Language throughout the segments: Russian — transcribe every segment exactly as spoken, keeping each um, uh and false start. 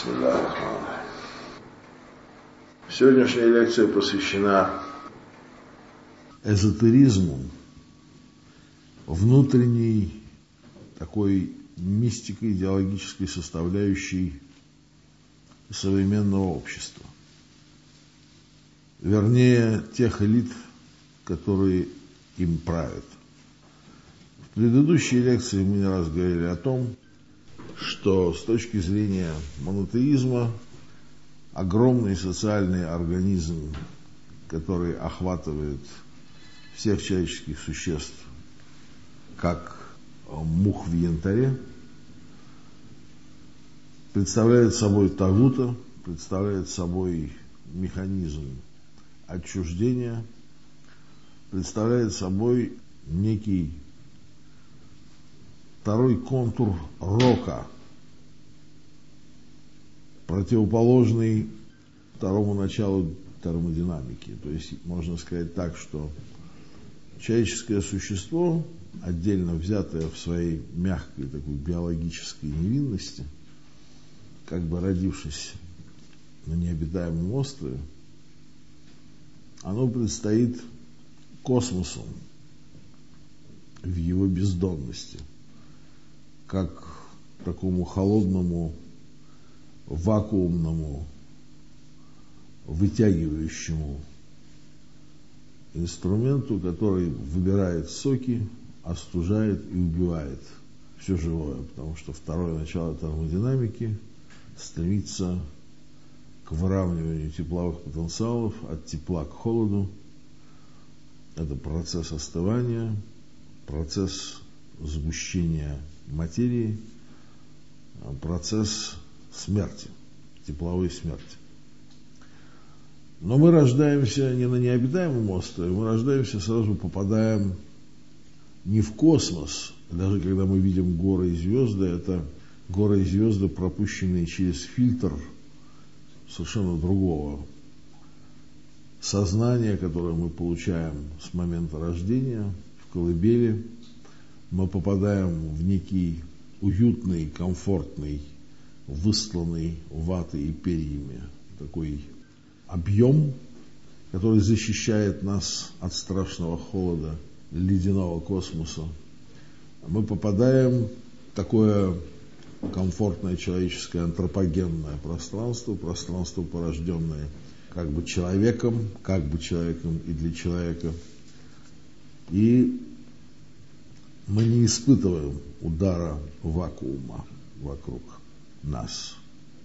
Сегодняшняя лекция посвящена эзотеризму, внутренней такой мистико-идеологической составляющей современного общества. Вернее, тех элит, которые им правят. В предыдущей лекции мы не раз говорили о том, что с точки зрения монотеизма огромный социальный организм, который охватывает всех человеческих существ, как мух в янтаре, представляет собой тагута, представляет собой механизм отчуждения, представляет собой некий второй контур рока, противоположный второму началу термодинамики. То есть можно сказать так, что человеческое существо, отдельно взятое в своей мягкой такой биологической невинности, как бы родившись на необитаемом острове, оно предстоит космосу в его бездонности, как такому холодному, вакуумному, вытягивающему инструменту, который выбирает соки, остужает и убивает все живое, потому что второе начало термодинамики стремится к выравниванию тепловых потенциалов от тепла к холоду. Это процесс остывания, процесс сгущения материи, процесс смерти, тепловой смерти. Но мы рождаемся не на необитаемом острове, мы рождаемся, сразу попадаем не в космос. Даже когда мы видим горы и звезды, это горы и звезды, пропущенные через фильтр совершенно другого сознания, которое мы получаем с момента рождения, в колыбели. Мы попадаем в некий уютный, комфортный, выстланный ватой и перьями такой объем, который защищает нас от страшного холода ледяного космоса. Мы попадаем в такое комфортное человеческое антропогенное пространство, пространство, порожденное как бы человеком, как бы человеком и для человека. И мы не испытываем удара вакуума вокруг нас.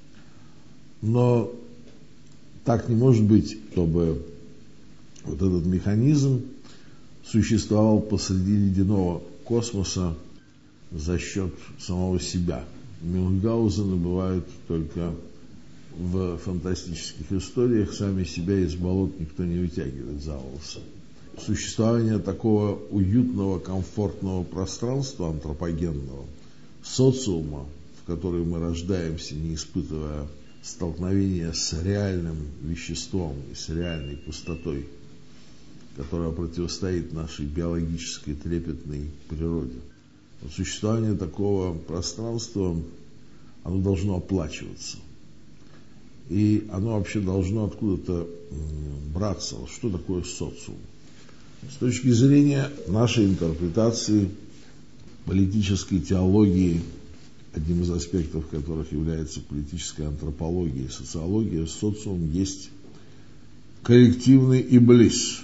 Но так не может быть, чтобы вот этот механизм существовал посреди ледяного космоса за счет самого себя. Мюнхгаузены бывают только в фантастических историях, сами себя из болот никто не вытягивает за волосы. Существование такого уютного, комфортного пространства антропогенного, социума, в который мы рождаемся, не испытывая столкновения с реальным веществом и с реальной пустотой, которая противостоит нашей биологической трепетной природе. Вот существование такого пространства, оно должно оплачиваться. И оно вообще должно откуда-то браться. Что такое социум? С точки зрения нашей интерпретации политической теологии, одним из аспектов которых является политическая антропология и социология, социум есть коллективный иблис.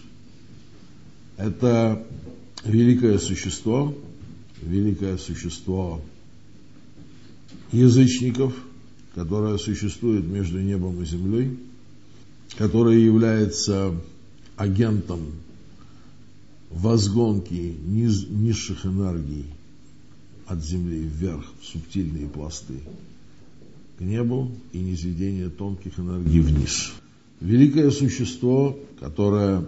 Это великое существо, великое существо язычников, которое существует между небом и землей, которое является агентом возгонки низ, низших энергий от земли вверх в субтильные пласты к небу и низведение тонких энергий вниз. Великое существо, которое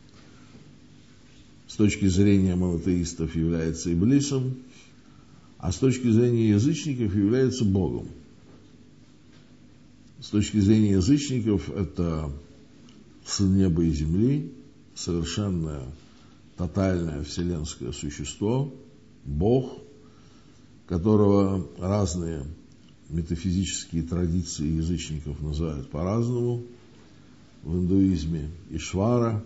с точки зрения монотеистов является иблисом, а с точки зрения язычников является Богом. С точки зрения язычников это сын неба и земли, совершенное, тотальное вселенское существо, Бог, которого разные метафизические традиции язычников называют по-разному. В индуизме Ишвара,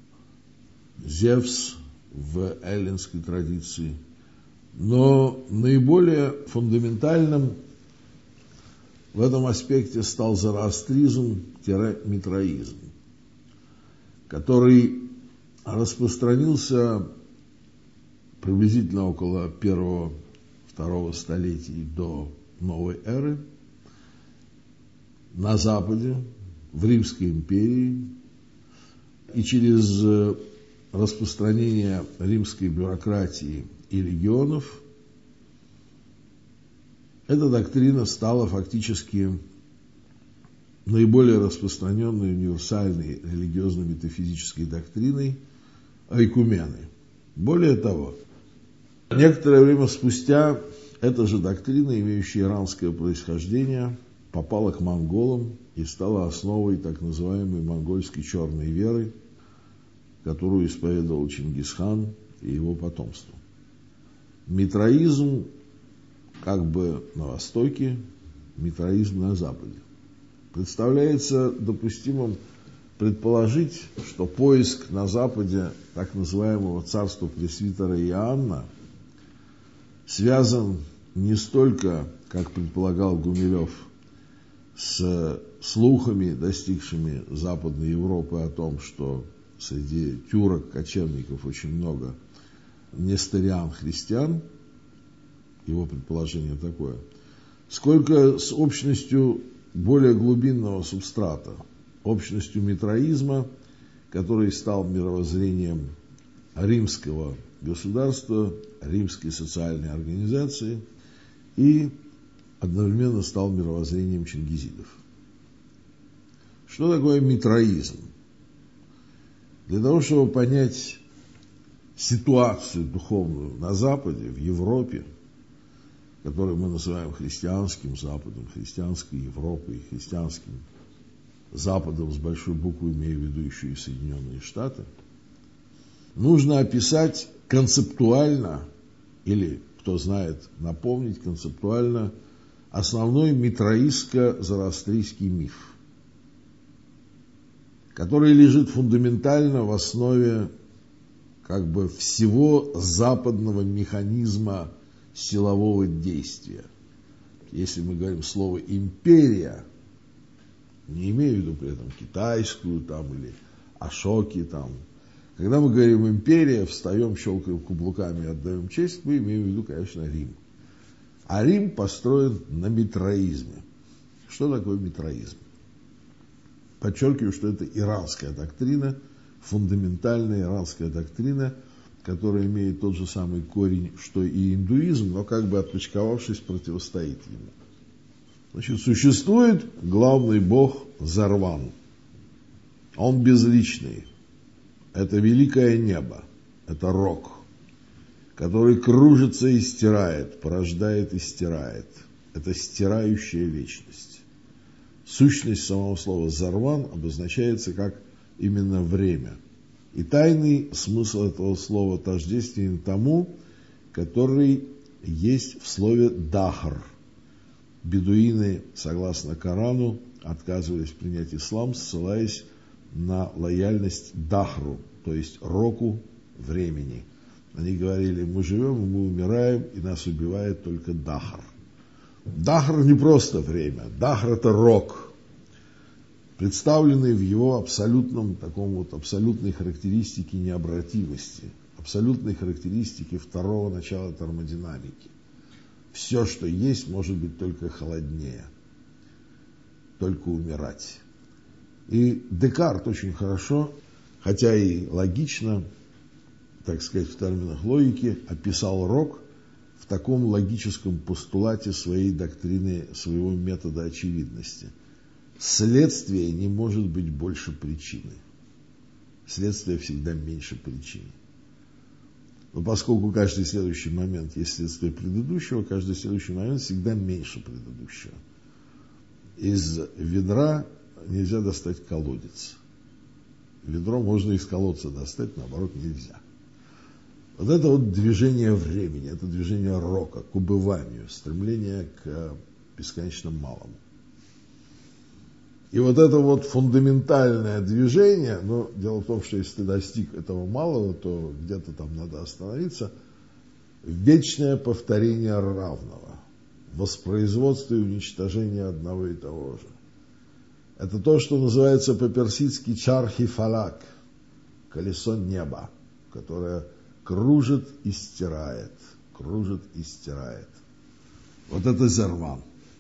Зевс в эллинской традиции. Но наиболее фундаментальным в этом аспекте стал зороастризм-митраизм, который распространился приблизительно около первого-второго столетий до новой эры на Западе, в Римской империи, и через распространение римской бюрократии и регионов эта доктрина стала фактически наиболее распространенной универсальной религиозно-метафизической доктриной ойкумены. Более того, некоторое время спустя эта же доктрина, имеющая иранское происхождение, попала к монголам и стала основой так называемой монгольской черной веры, которую исповедовал Чингисхан и его потомство. Митраизм как бы на востоке, митраизм на западе. Представляется допустимым предположить, что поиск на западе так называемого царства пресвитера Иоанна связан не столько, как предполагал Гумилев, с слухами, достигшими Западной Европы о том, что среди тюрок-кочевников очень много несториан-христиан, его предположение такое, сколько с общностью более глубинного субстрата, общностью митраизма, который стал мировоззрением римского государства, римской социальной организации и одновременно стал мировоззрением чингизидов. Что такое митраизм? Для того, чтобы понять ситуацию духовную на Западе, в Европе, которую мы называем христианским Западом, христианской Европой, христианским Западом с большой буквы, имея в виду еще и Соединенные Штаты, нужно описать концептуально, или, кто знает, напомнить концептуально основной митраистско-зороастрийский миф, который лежит фундаментально в основе как бы всего западного механизма силового действия. Если мы говорим слово «империя», не имея в виду при этом китайскую там, или Ашоки там. Когда мы говорим «империя», встаем, щелкаем каблуками и отдаем честь, мы имеем в виду, конечно, Рим. А Рим построен на митраизме. Что такое митраизм? Подчеркиваю, что это иранская доктрина, фундаментальная иранская доктрина, которая имеет тот же самый корень, что и индуизм, но как бы отпочковавшись, противостоит ему. Значит, существует главный бог Зарван. Он безличный. Это великое небо. Это рок, который кружится и стирает, порождает и стирает. Это стирающая вечность. Сущность самого слова «зарван» обозначается как именно время. И тайный смысл этого слова тождественен тому, который есть в слове «дахр». Бедуины, согласно Корану, отказывались принять ислам, ссылаясь на лояльность дахру, то есть року времени. Они говорили: мы живем, и мы умираем, и нас убивает только дахр. Дахр не просто время, дахр — это рок, представленный в его абсолютном, таком вот абсолютной характеристике необратимости, абсолютной характеристике второго начала термодинамики. Все, что есть, может быть только холоднее, только умирать. И Декарт очень хорошо, хотя и логично, так сказать, в терминах логики, описал рок в таком логическом постулате своей доктрины, своего метода очевидности. Следствие не может быть больше причины. Следствие всегда меньше причины. Но поскольку каждый следующий момент есть следствие предыдущего, каждый следующий момент всегда меньше предыдущего. Из ведра нельзя достать колодец. Ведро можно из колодца достать, наоборот, нельзя. Вот это вот движение времени, это движение рока к убыванию, стремление к бесконечно малому. И вот это вот фундаментальное движение, но дело в том, что если ты достиг этого малого, то где-то там надо остановиться, вечное повторение равного, воспроизводство и уничтожение одного и того же. Это то, что называется по-персидски чархи фалак, колесо неба, которое кружит и стирает, кружит и стирает. Вот это зерван.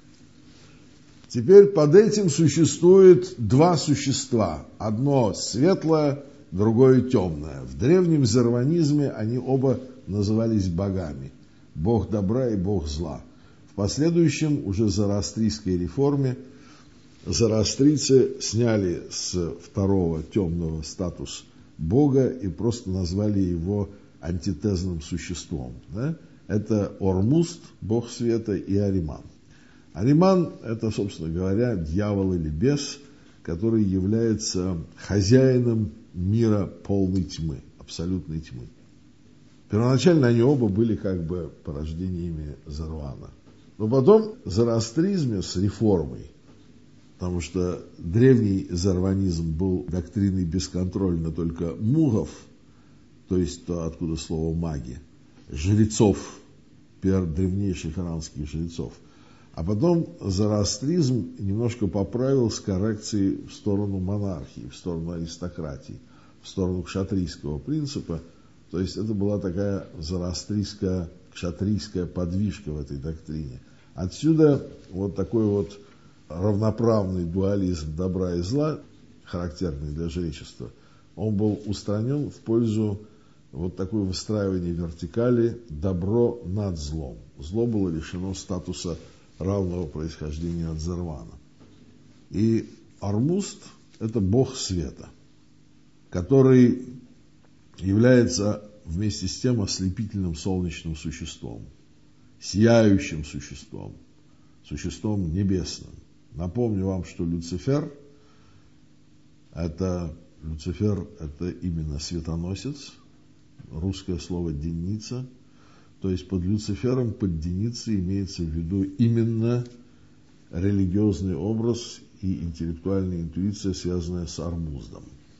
Теперь под этим существует два существа. Одно светлое, другое темное. В древнем зерванизме они оба назывались богами. Бог добра и бог зла. В последующем, уже зороастрийской реформе, зороастрийцы сняли с второго темного статус бога и просто назвали его антитезным существом. Да? Это Ормузд, бог света, и Ариман. Ариман – это, собственно говоря, дьявол или бес, который является хозяином мира полной тьмы, абсолютной тьмы. Первоначально они оба были как бы порождениями Зарвана. Но потом в зороастризме с реформой, потому что древний зарванизм был доктриной бесконтрольно только мугов, то есть то, откуда слово маги, жрецов, древнейших иранских жрецов. А потом зороастризм немножко поправил с коррекцией в сторону монархии, в сторону аристократии, в сторону кшатрийского принципа. То есть это была такая зороастрийская, кшатрийская подвижка в этой доктрине. Отсюда вот такой вот равноправный дуализм добра и зла, характерный для жречества, он был устранен в пользу вот такое выстраивание вертикали добро над злом. Зло было лишено статуса равного происхождения от Зарвана. И Ормузд – это бог света, который является вместе с тем ослепительным солнечным существом, сияющим существом, существом небесным. Напомню вам, что Люцифер – это, Люцифер – это именно светоносец, русское слово «денница». То есть под Люцифером, под деницей имеется в виду именно религиозный образ и интеллектуальная интуиция, связанная с Ормуздом.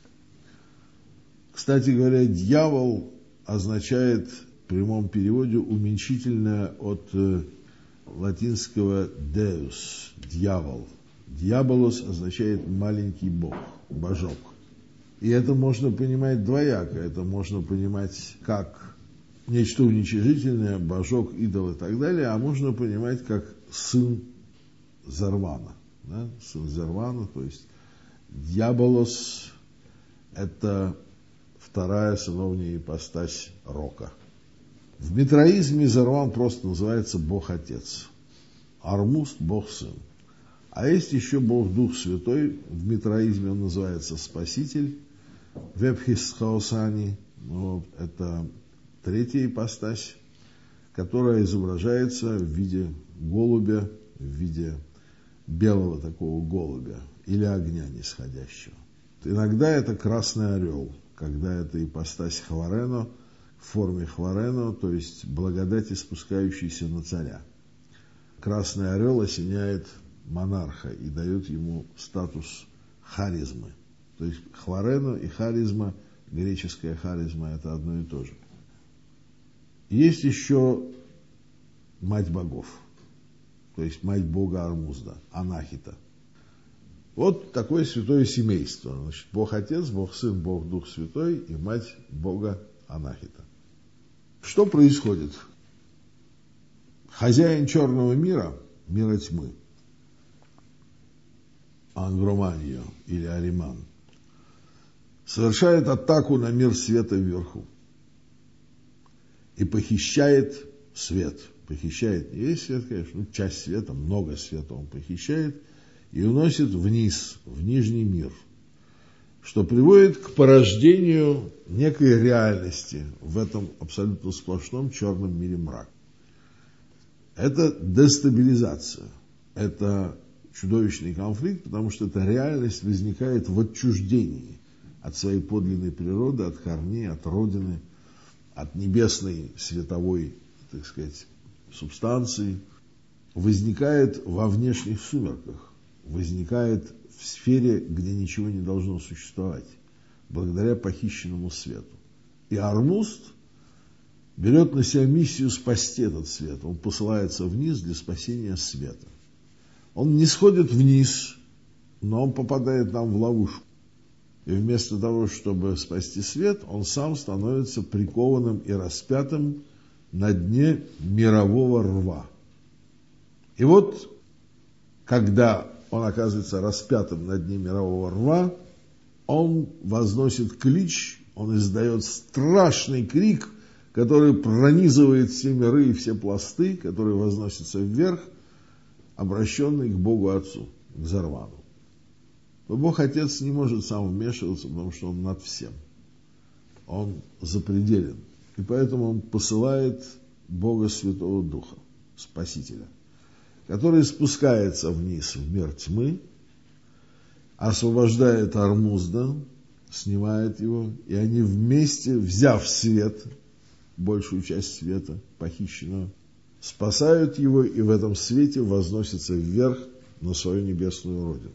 Кстати говоря, дьявол означает в прямом переводе уменьшительное от э, латинского «deus» – дьявол. Дьяволос означает маленький бог, божок. И это можно понимать двояко. Это можно понимать как нечто уничижительное, божок, идол и так далее, а можно понимать как сын Зарвана. Да? Сын Зарвана, то есть дьяволос – это вторая сыновняя ипостась Рока. В митраизме Зарван просто называется Бог-Отец. Ормузд – Бог-Сын. А есть еще Бог-Дух Святой. В митраизме он называется Спаситель. Вебхисхаусани – ну, это третья ипостась, которая изображается в виде голубя, в виде белого такого голубя или огня нисходящего. Иногда это красный орел, когда это ипостась Хварено, в форме Хварено, то есть благодати, спускающейся на царя. Красный орел осеняет монарха и дает ему статус харизмы. То есть Хварено и харизма, греческая харизма, это одно и то же. Есть еще мать богов, то есть мать бога Ормузда, Анахита. Вот такое святое семейство. Значит, Бог-Отец, Бог-Сын, Бог-Дух Святой и мать бога Анахита. Что происходит? Хозяин черного мира, мира тьмы, Ангроманьо или Ариман, совершает атаку на мир света вверху и похищает свет. Похищает не весь свет, конечно, ну, часть света, много света он похищает и уносит вниз, в нижний мир, что приводит к порождению некой реальности в этом абсолютно сплошном черном мире мрака. Это дестабилизация, это чудовищный конфликт, потому что эта реальность возникает в отчуждении от своей подлинной природы, от корней, от родины, от небесной световой, так сказать, субстанции. возникает во внешних сумерках, возникает в сфере, где ничего не должно существовать, благодаря похищенному свету. И Ормузд берет на себя миссию спасти этот свет. Он посылается вниз для спасения света. Он не сходит вниз, но он попадает нам в ловушку. И вместо того, чтобы спасти свет, он сам становится прикованным и распятым на дне мирового рва. И вот, когда он оказывается распятым на дне мирового рва, он возносит клич, он издает страшный крик, который пронизывает все миры и все пласты, который возносится вверх, обращенный к Богу Отцу, к Зарвану. Но Бог Отец не может сам вмешиваться, потому что Он над всем. Он запределен. И поэтому Он посылает Бога Святого Духа, Спасителя, который спускается вниз в мир тьмы, освобождает Ормузда, снимает его, и они вместе, взяв свет, большую часть света, похищенного, спасают его, и в этом свете возносятся вверх на свою небесную родину.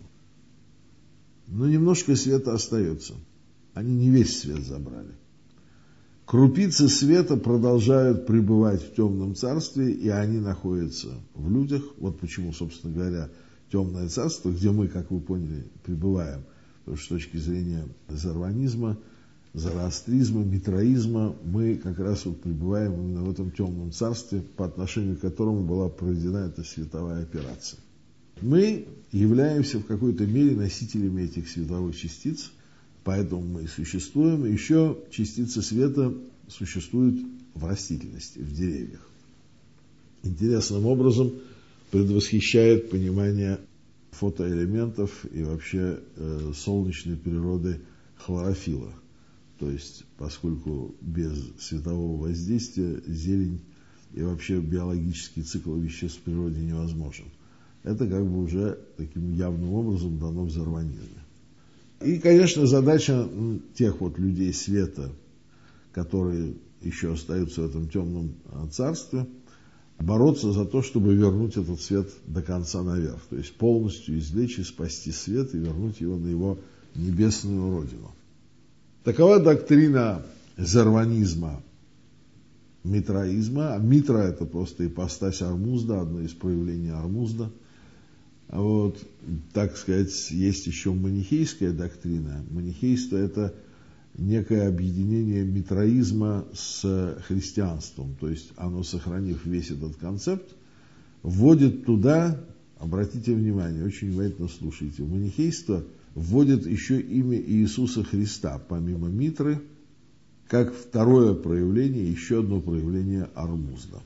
Но немножко света остается. Они не весь свет забрали. Крупицы света продолжают пребывать в темном царстве, и они находятся в людях. Вот почему, собственно говоря, темное царство, где мы, как вы поняли, пребываем, потому что с точки зрения зарванизма, зороастризма, митраизма, мы как раз вот пребываем именно в этом темном царстве, по отношению к которому была проведена эта световая операция. Мы являемся в какой-то мере носителями этих световых частиц, поэтому мы и существуем. Еще частицы света существуют в растительности, в деревьях. Интересным образом предвосхищает понимание фотоэлементов и вообще э, солнечной природы хлорофилла. То есть, поскольку без светового воздействия зелень и вообще биологический цикл веществ в природе невозможен. Это как бы уже таким явным образом дано в зарванизме. И, конечно, задача тех вот людей света, которые еще остаются в этом темном царстве, бороться за то, чтобы вернуть этот свет до конца наверх. То есть полностью извлечь и спасти свет и вернуть его на его небесную родину. Такова доктрина зарванизма, митраизма. А митра — это просто ипостась Ормузда, одно из проявлений Ормузда. Вот, так сказать, есть еще манихейская доктрина. Манихейство — это некое объединение митраизма с христианством. То есть оно, сохранив весь этот концепт, вводит туда, обратите внимание, очень внимательно слушайте, манихейство вводит еще имя Иисуса Христа, помимо митры, как второе проявление, еще одно проявление Ормузда.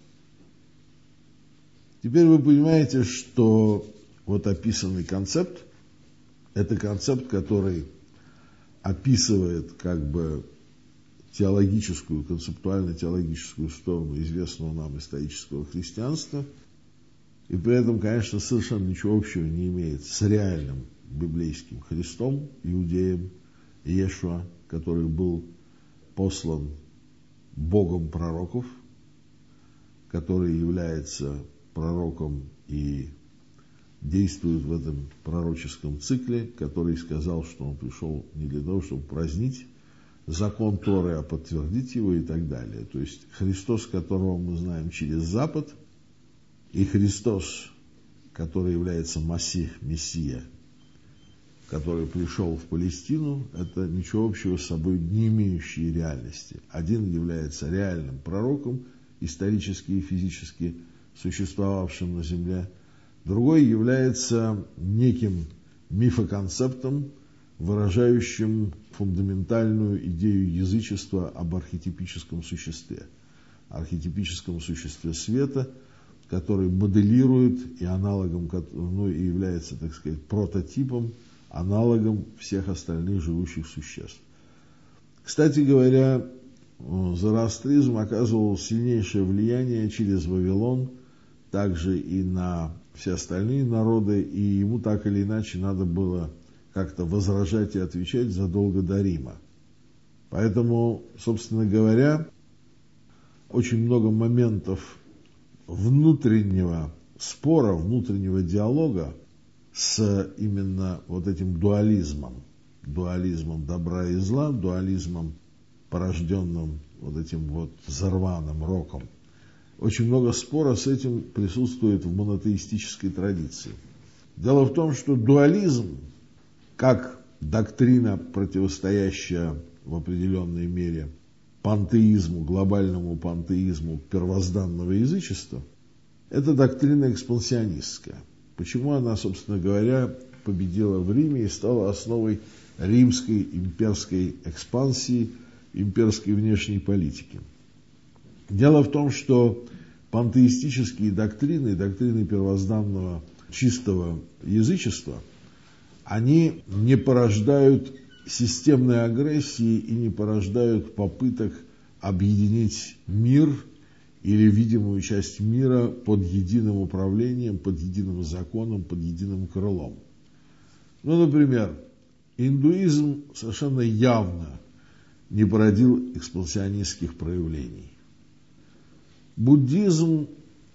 Теперь вы понимаете, что вот описанный концепт, это концепт, который описывает как бы теологическую, концептуально-теологическую сторону известного нам исторического христианства, и при этом, конечно, совершенно ничего общего не имеет с реальным библейским Христом, иудеем, Иешуа, который был послан Богом пророков, который является пророком и действует в этом пророческом цикле, который сказал, что он пришел не для того, чтобы празднить закон Торы, а подтвердить его и так далее. То есть Христос, которого мы знаем через Запад, и Христос, который является Масих, Мессия, который пришел в Палестину, это ничего общего с собой не имеющие реальности. Один является реальным пророком, исторически и физически существовавшим на земле, другой является неким мифоконцептом, выражающим фундаментальную идею язычества об архетипическом существе. Архетипическом существе света, который моделирует и аналогом, ну и является, так сказать, прототипом, аналогом всех остальных живущих существ. Кстати говоря, зороастризм оказывал сильнейшее влияние через Вавилон, также и на все остальные народы, и ему так или иначе надо было как-то возражать и отвечать задолго до Рима. Поэтому, собственно говоря, очень много моментов внутреннего спора, внутреннего диалога с именно вот этим дуализмом, дуализмом добра и зла, дуализмом, порожденным вот этим вот взорванным роком. Очень много спора с этим присутствует в монотеистической традиции. Дело в том, что дуализм, как доктрина, противостоящая в определенной мере пантеизму, глобальному пантеизму первозданного язычества, это доктрина экспансионистская. Почему она, собственно говоря, победила в Риме и стала основой римской имперской экспансии, имперской внешней политики? Дело в том, что пантеистические доктрины, доктрины первозданного чистого язычества, они не порождают системной агрессии и не порождают попыток объединить мир или видимую часть мира под единым управлением, под единым законом, под единым крылом. Ну, например, индуизм совершенно явно не породил экспансионистских проявлений. Буддизм,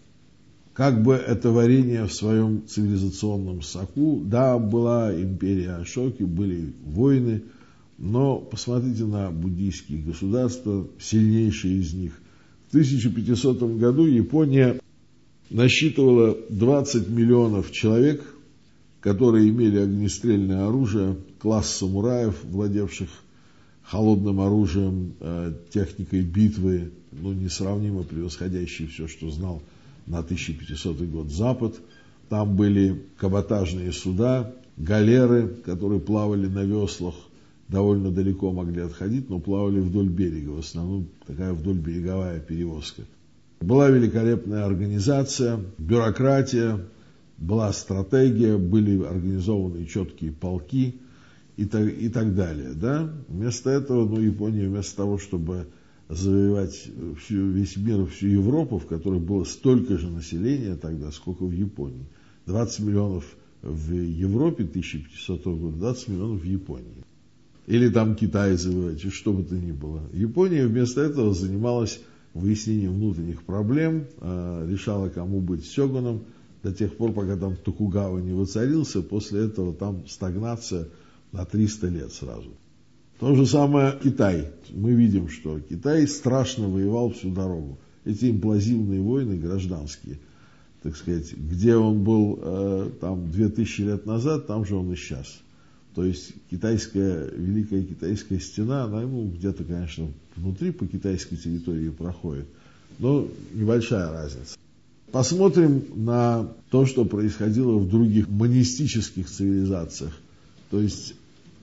как бы это варенье в своем цивилизационном соку, да, была империя Ашоки, были войны, но посмотрите на буддийские государства, сильнейшие из них. В тысяча пятисотом году Япония насчитывала двадцать миллионов человек, которые имели огнестрельное оружие, класс самураев, владевших холодным оружием, техникой битвы, ну, несравнимо превосходящей все, что знал на тысяча пятисотый год Запад. Там были каботажные суда, галеры, которые плавали на веслах, довольно далеко могли отходить, но плавали вдоль берега, в основном такая вдольбереговая перевозка. Была великолепная организация, бюрократия, была стратегия, были организованы четкие полки и так, и так далее. Да? Вместо этого, ну, Япония, вместо того, чтобы завоевать всю, весь мир, всю Европу, в которой было столько же населения тогда, сколько в Японии. двадцать миллионов в Европе тысяча пятисотого года, двадцать миллионов в Японии. Или там Китай завоевать, что бы то ни было. Япония вместо этого занималась выяснением внутренних проблем, решала, кому быть сёгуном, до тех пор, пока там Токугава не воцарился. После этого там стагнация на триста лет сразу. То же самое Китай. Мы видим, что Китай страшно воевал всю дорогу. Эти имплозивные войны гражданские, так сказать, где он был э, там две тысячи лет назад, там же он и сейчас. То есть китайская, Великая Китайская стена, она ему где-то, конечно, внутри по китайской территории проходит, но небольшая разница. Посмотрим на то, что происходило в других монистических цивилизациях. То есть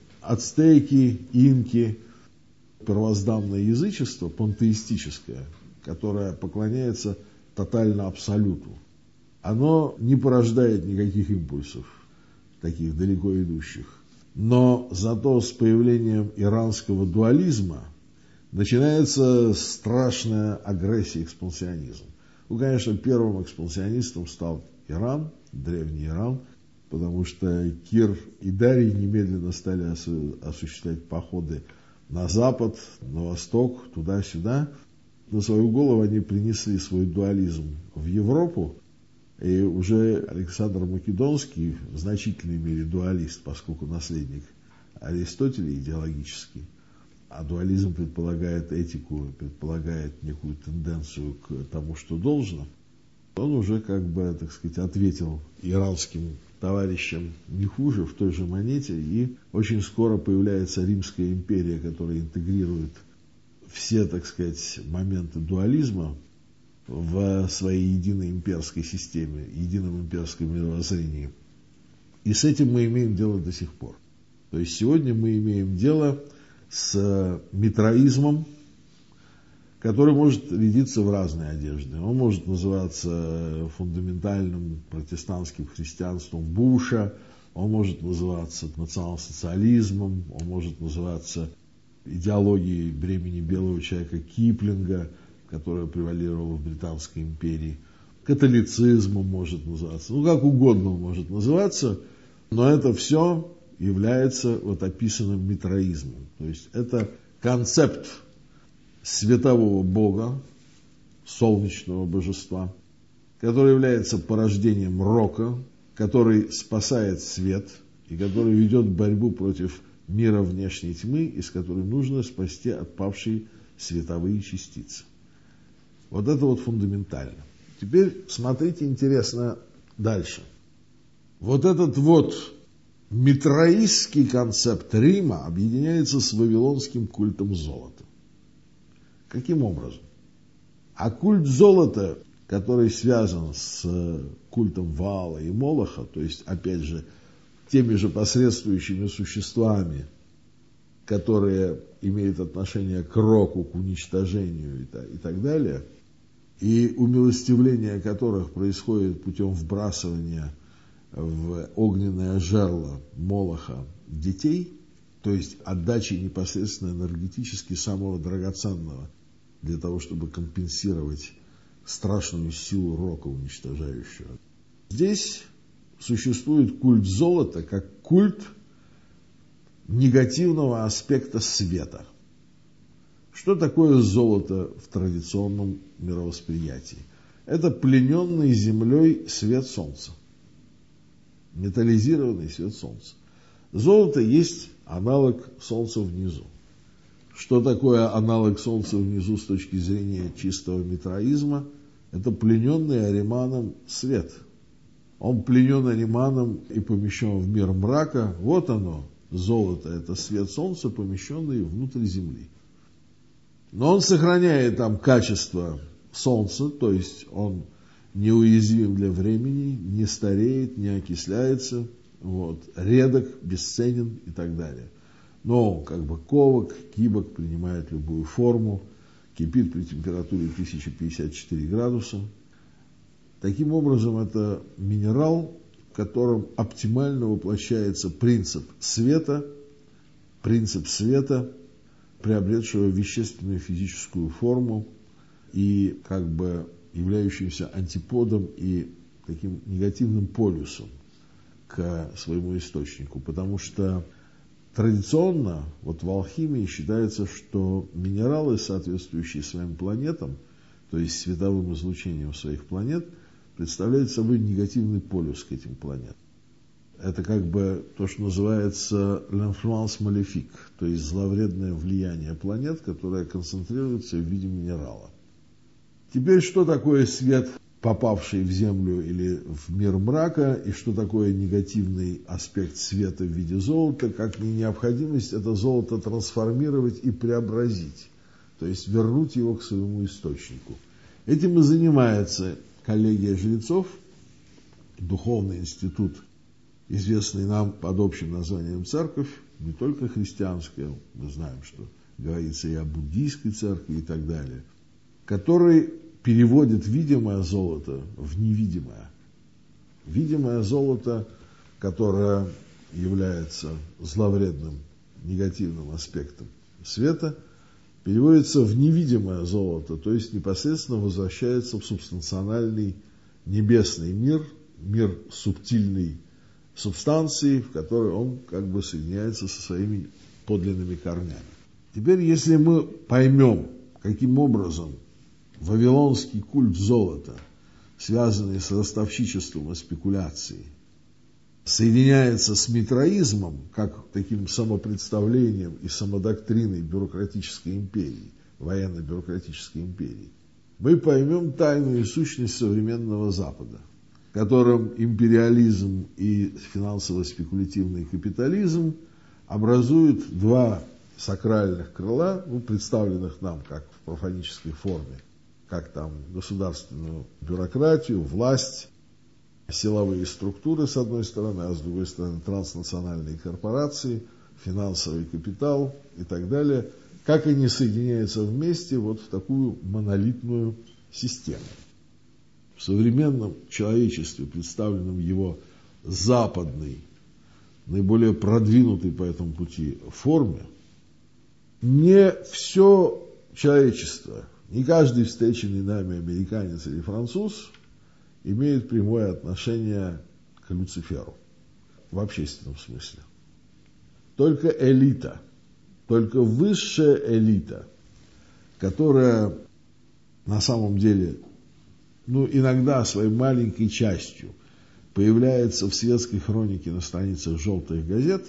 ацтеки, инки, первозданное язычество, пантеистическое, которое поклоняется тотально абсолюту, оно не порождает никаких импульсов, таких далеко идущих. Но зато с появлением иранского дуализма начинается страшная агрессия, экспансионизм. Ну, конечно, первым экспансионистом стал Иран, древний Иран, потому что Кир и Дарий немедленно стали осу- осуществлять походы на запад, на восток, туда-сюда. На свою голову они принесли свой дуализм в Европу, и уже Александр Македонский в значительной мере дуалист, поскольку наследник Аристотеля идеологический, а дуализм предполагает этику, предполагает некую тенденцию к тому, что должно, он уже, как бы, так сказать, ответил иранским товарищам не хуже в той же монете, и очень скоро появляется Римская империя, которая интегрирует все, так сказать, моменты дуализма в своей единой имперской системе, едином имперском мировоззрении. И с этим мы имеем дело до сих пор. То есть сегодня мы имеем дело с митраизмом, который может рядиться в разные одежды. Он может называться фундаментальным протестантским христианством Буша, он может называться национал-социализмом, он может называться идеологией бремени белого человека Киплинга, которая превалировала в Британской империи, католицизмом может называться, ну как угодно он может называться, но это все является вот описанным митраизмом. То есть это концепт светового бога, солнечного божества, который является порождением рока, который спасает свет и который ведет борьбу против мира внешней тьмы, из которой нужно спасти отпавшие световые частицы. Вот это вот фундаментально. Теперь смотрите интересно дальше. Вот этот вот митраистский концепт Рима объединяется с вавилонским культом золота. Каким образом? А культ золота, который связан с культом Ваала и Молоха, то есть, опять же, теми же посредствующими существами, которые имеют отношение к року, к уничтожению и так, и так далее, и умилостивление которых происходит путем вбрасывания в огненное жерло Молоха детей, то есть отдачи непосредственно энергетически самого драгоценного, для того, чтобы компенсировать страшную силу рока уничтожающего. Здесь существует культ золота как культ негативного аспекта света. Что такое золото в традиционном мировосприятии? Это плененный землей свет солнца. Металлизированный свет солнца. Золото есть аналог солнца внизу. Что такое аналог солнца внизу с точки зрения чистого митраизма? Это плененный Ариманом свет. Он пленен Ариманом и помещен в мир мрака. Вот оно, золото, это свет солнца, помещенный внутрь земли. Но он сохраняет там качество солнца, то есть он неуязвим для времени, не стареет, не окисляется, вот, редок, бесценен и так далее. Но он как бы ковок, гибок, принимает любую форму, кипит при температуре тысяча пятьдесят четыре градуса. Таким образом, это минерал, в котором оптимально воплощается принцип света, принцип света, приобретшего вещественную физическую форму и как бы являющимся антиподом и таким негативным полюсом к своему источнику. Потому что традиционно, вот в алхимии считается, что минералы, соответствующие своим планетам, то есть световым излучением своих планет, представляют собой негативный полюс к этим планетам. Это как бы то, что называется l'influence maléfique, то есть зловредное влияние планет, которое концентрируется в виде минерала. Теперь, что такое свет, попавший в Землю или в мир мрака, и что такое негативный аспект света в виде золота, как необходимость это золото трансформировать и преобразить, то есть вернуть его к своему источнику. Этим и занимается коллегия жрецов, духовный институт, известный нам под общим названием церковь, не только христианская, мы знаем, что говорится и о буддийской церкви и так далее, который переводит видимое золото в невидимое. Видимое золото, которое является зловредным, негативным аспектом света, переводится в невидимое золото, то есть непосредственно возвращается в субстанциональный небесный мир, мир субтильной субстанции, в которой он как бы соединяется со своими подлинными корнями. Теперь, если мы поймем, каким образом вавилонский культ золота, связанный с ростовщичеством и спекуляцией, соединяется с митраизмом, как таким самопредставлением и самодоктриной бюрократической империи, военно-бюрократической империи, мы поймем тайную сущность современного Запада, в котором империализм и финансово-спекулятивный капитализм образуют два сакральных крыла, ну, представленных нам как в профанической форме, как там государственную бюрократию, власть, силовые структуры с одной стороны, а с другой стороны транснациональные корпорации, финансовый капитал и так далее, как они соединяются вместе вот в такую монолитную систему. В современном человечестве, представленном его западной, наиболее продвинутой по этому пути форме, не все человечество, не каждый встреченный нами американец или француз имеет прямое отношение к Люциферу в общественном смысле. Только элита, только высшая элита, которая на самом деле ну, иногда своей маленькой частью появляется в светской хронике на страницах желтых газет,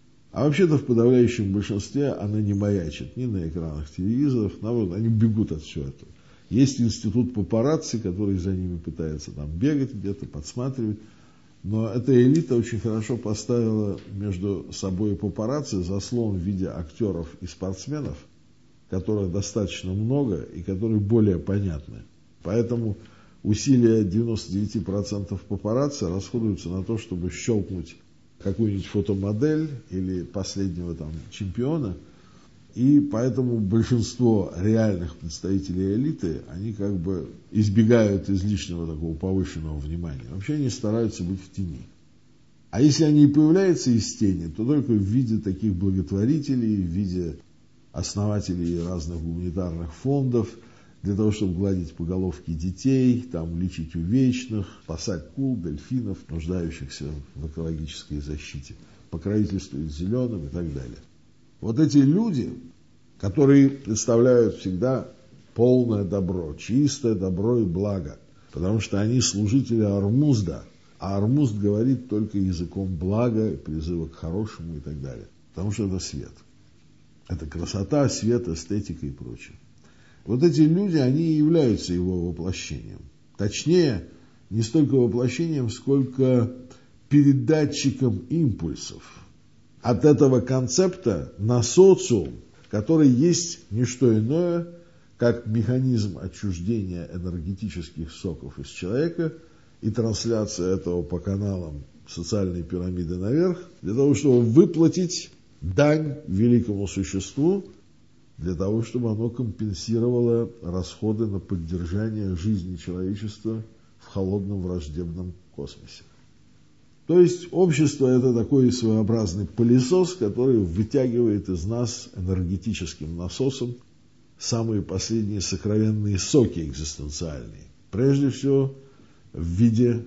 а вообще-то в подавляющем большинстве она не маячит ни на экранах телевизоров, наоборот, они бегут от всего этого. Есть институт папарацци, который за ними пытается там бегать где-то, подсматривать, но эта элита очень хорошо поставила между собой и папарацци заслон в виде актеров и спортсменов, которых достаточно много и которые более понятны. Поэтому усилия девяноста девяти процентов папарацци расходуются на то, чтобы щелкнуть какую-нибудь фотомодель или последнего там чемпиона, и поэтому большинство реальных представителей элиты, они как бы избегают излишнего такого повышенного внимания. Вообще они стараются быть в тени. А если они и появляются из тени, то только в виде таких благотворителей, в виде основателей разных гуманитарных фондов, для того, чтобы гладить по головке детей, там, лечить увечных, спасать акул, дельфинов, нуждающихся в экологической защите, покровительствовать зеленым и так далее. Вот эти люди, которые представляют всегда полное добро, чистое добро и благо, потому что они служители Ормузда, а Ормузд говорит только языком блага, призыва к хорошему и так далее, потому что это свет. Это красота, свет, эстетика и прочее. Вот эти люди, они и являются его воплощением. Точнее, не столько воплощением, сколько передатчиком импульсов от этого концепта на социум, который есть не что иное, как механизм отчуждения энергетических соков из человека и трансляция этого по каналам социальной пирамиды наверх, для того, чтобы выплатить дань великому существу, для того, чтобы оно компенсировало расходы на поддержание жизни человечества в холодном враждебном космосе. То есть общество – это такой своеобразный пылесос, который вытягивает из нас энергетическим насосом самые последние сокровенные соки экзистенциальные. Прежде всего в виде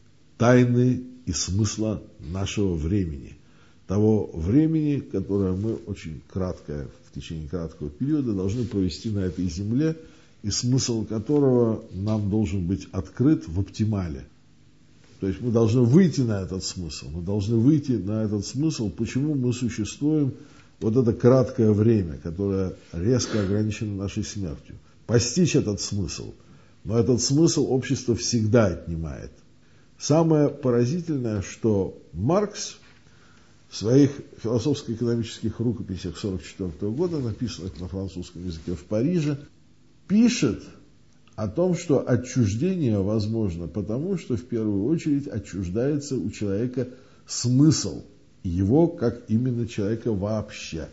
тайны и смысла нашего времени. Того времени, которое мы очень краткое, в течение краткого периода должны провести на этой земле, и смысл которого нам должен быть открыт в оптимале. То есть мы должны выйти на этот смысл, мы должны выйти на этот смысл, почему мы существуем вот это краткое время, которое резко ограничено нашей смертью. Постичь этот смысл, но этот смысл общество всегда отнимает. Самое поразительное, что Маркс в своих философско-экономических рукописях сорок четвёртого года, написанных на французском языке в Париже, пишет о том, что отчуждение возможно потому, что в первую очередь отчуждается у человека смысл его как именно человека вообще.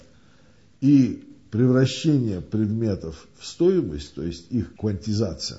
И превращение предметов в стоимость, то есть их квантизация,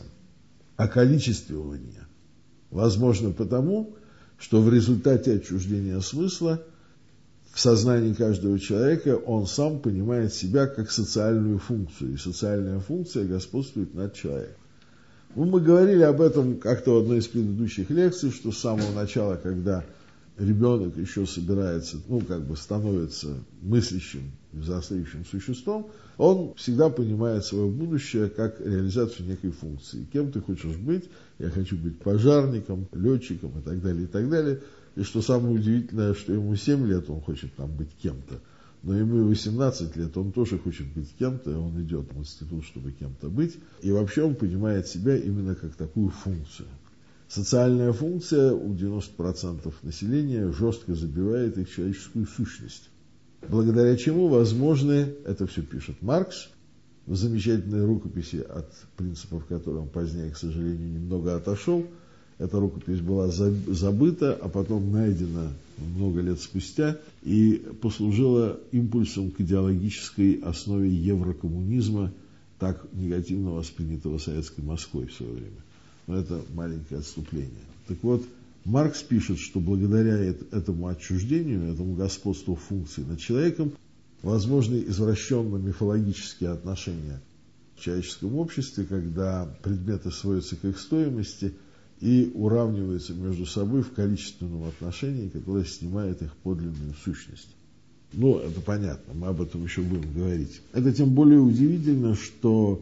околичествование, возможно потому, что в результате отчуждения смысла в сознании каждого человека он сам понимает себя как социальную функцию, и социальная функция господствует над человеком. Ну, мы говорили об этом как-то в одной из предыдущих лекций, что с самого начала, когда ребенок еще собирается, ну, как бы становится мыслящим, взрослеющим существом, он всегда понимает свое будущее как реализацию некой функции. Кем ты хочешь быть? Я хочу быть пожарником, летчиком и так далее, и так далее. И что самое удивительное, что ему семь лет, он хочет там быть кем-то. Но ему и восемнадцать лет, он тоже хочет быть кем-то, и он идет в институт, чтобы кем-то быть. И вообще он понимает себя именно как такую функцию. Социальная функция у девяноста процентов населения жестко забивает их человеческую сущность. Благодаря чему возможны, это все пишет Маркс, в замечательной рукописи, от принципов которой он позднее, к сожалению, немного отошел. Эта рукопись была забыта, а потом найдена много лет спустя и послужила импульсом к идеологической основе еврокоммунизма, так негативно воспринятого советской Москвой в свое время. Но это маленькое отступление. Так вот, Маркс пишет, что благодаря этому отчуждению, этому господству функций над человеком, возможны извращенно-мифологические отношения в человеческом обществе, когда предметы сводятся к их стоимости и уравниваются между собой в количественном отношении, которое снимает их подлинную сущность. Ну, это понятно, мы об этом еще будем говорить. Это тем более удивительно, что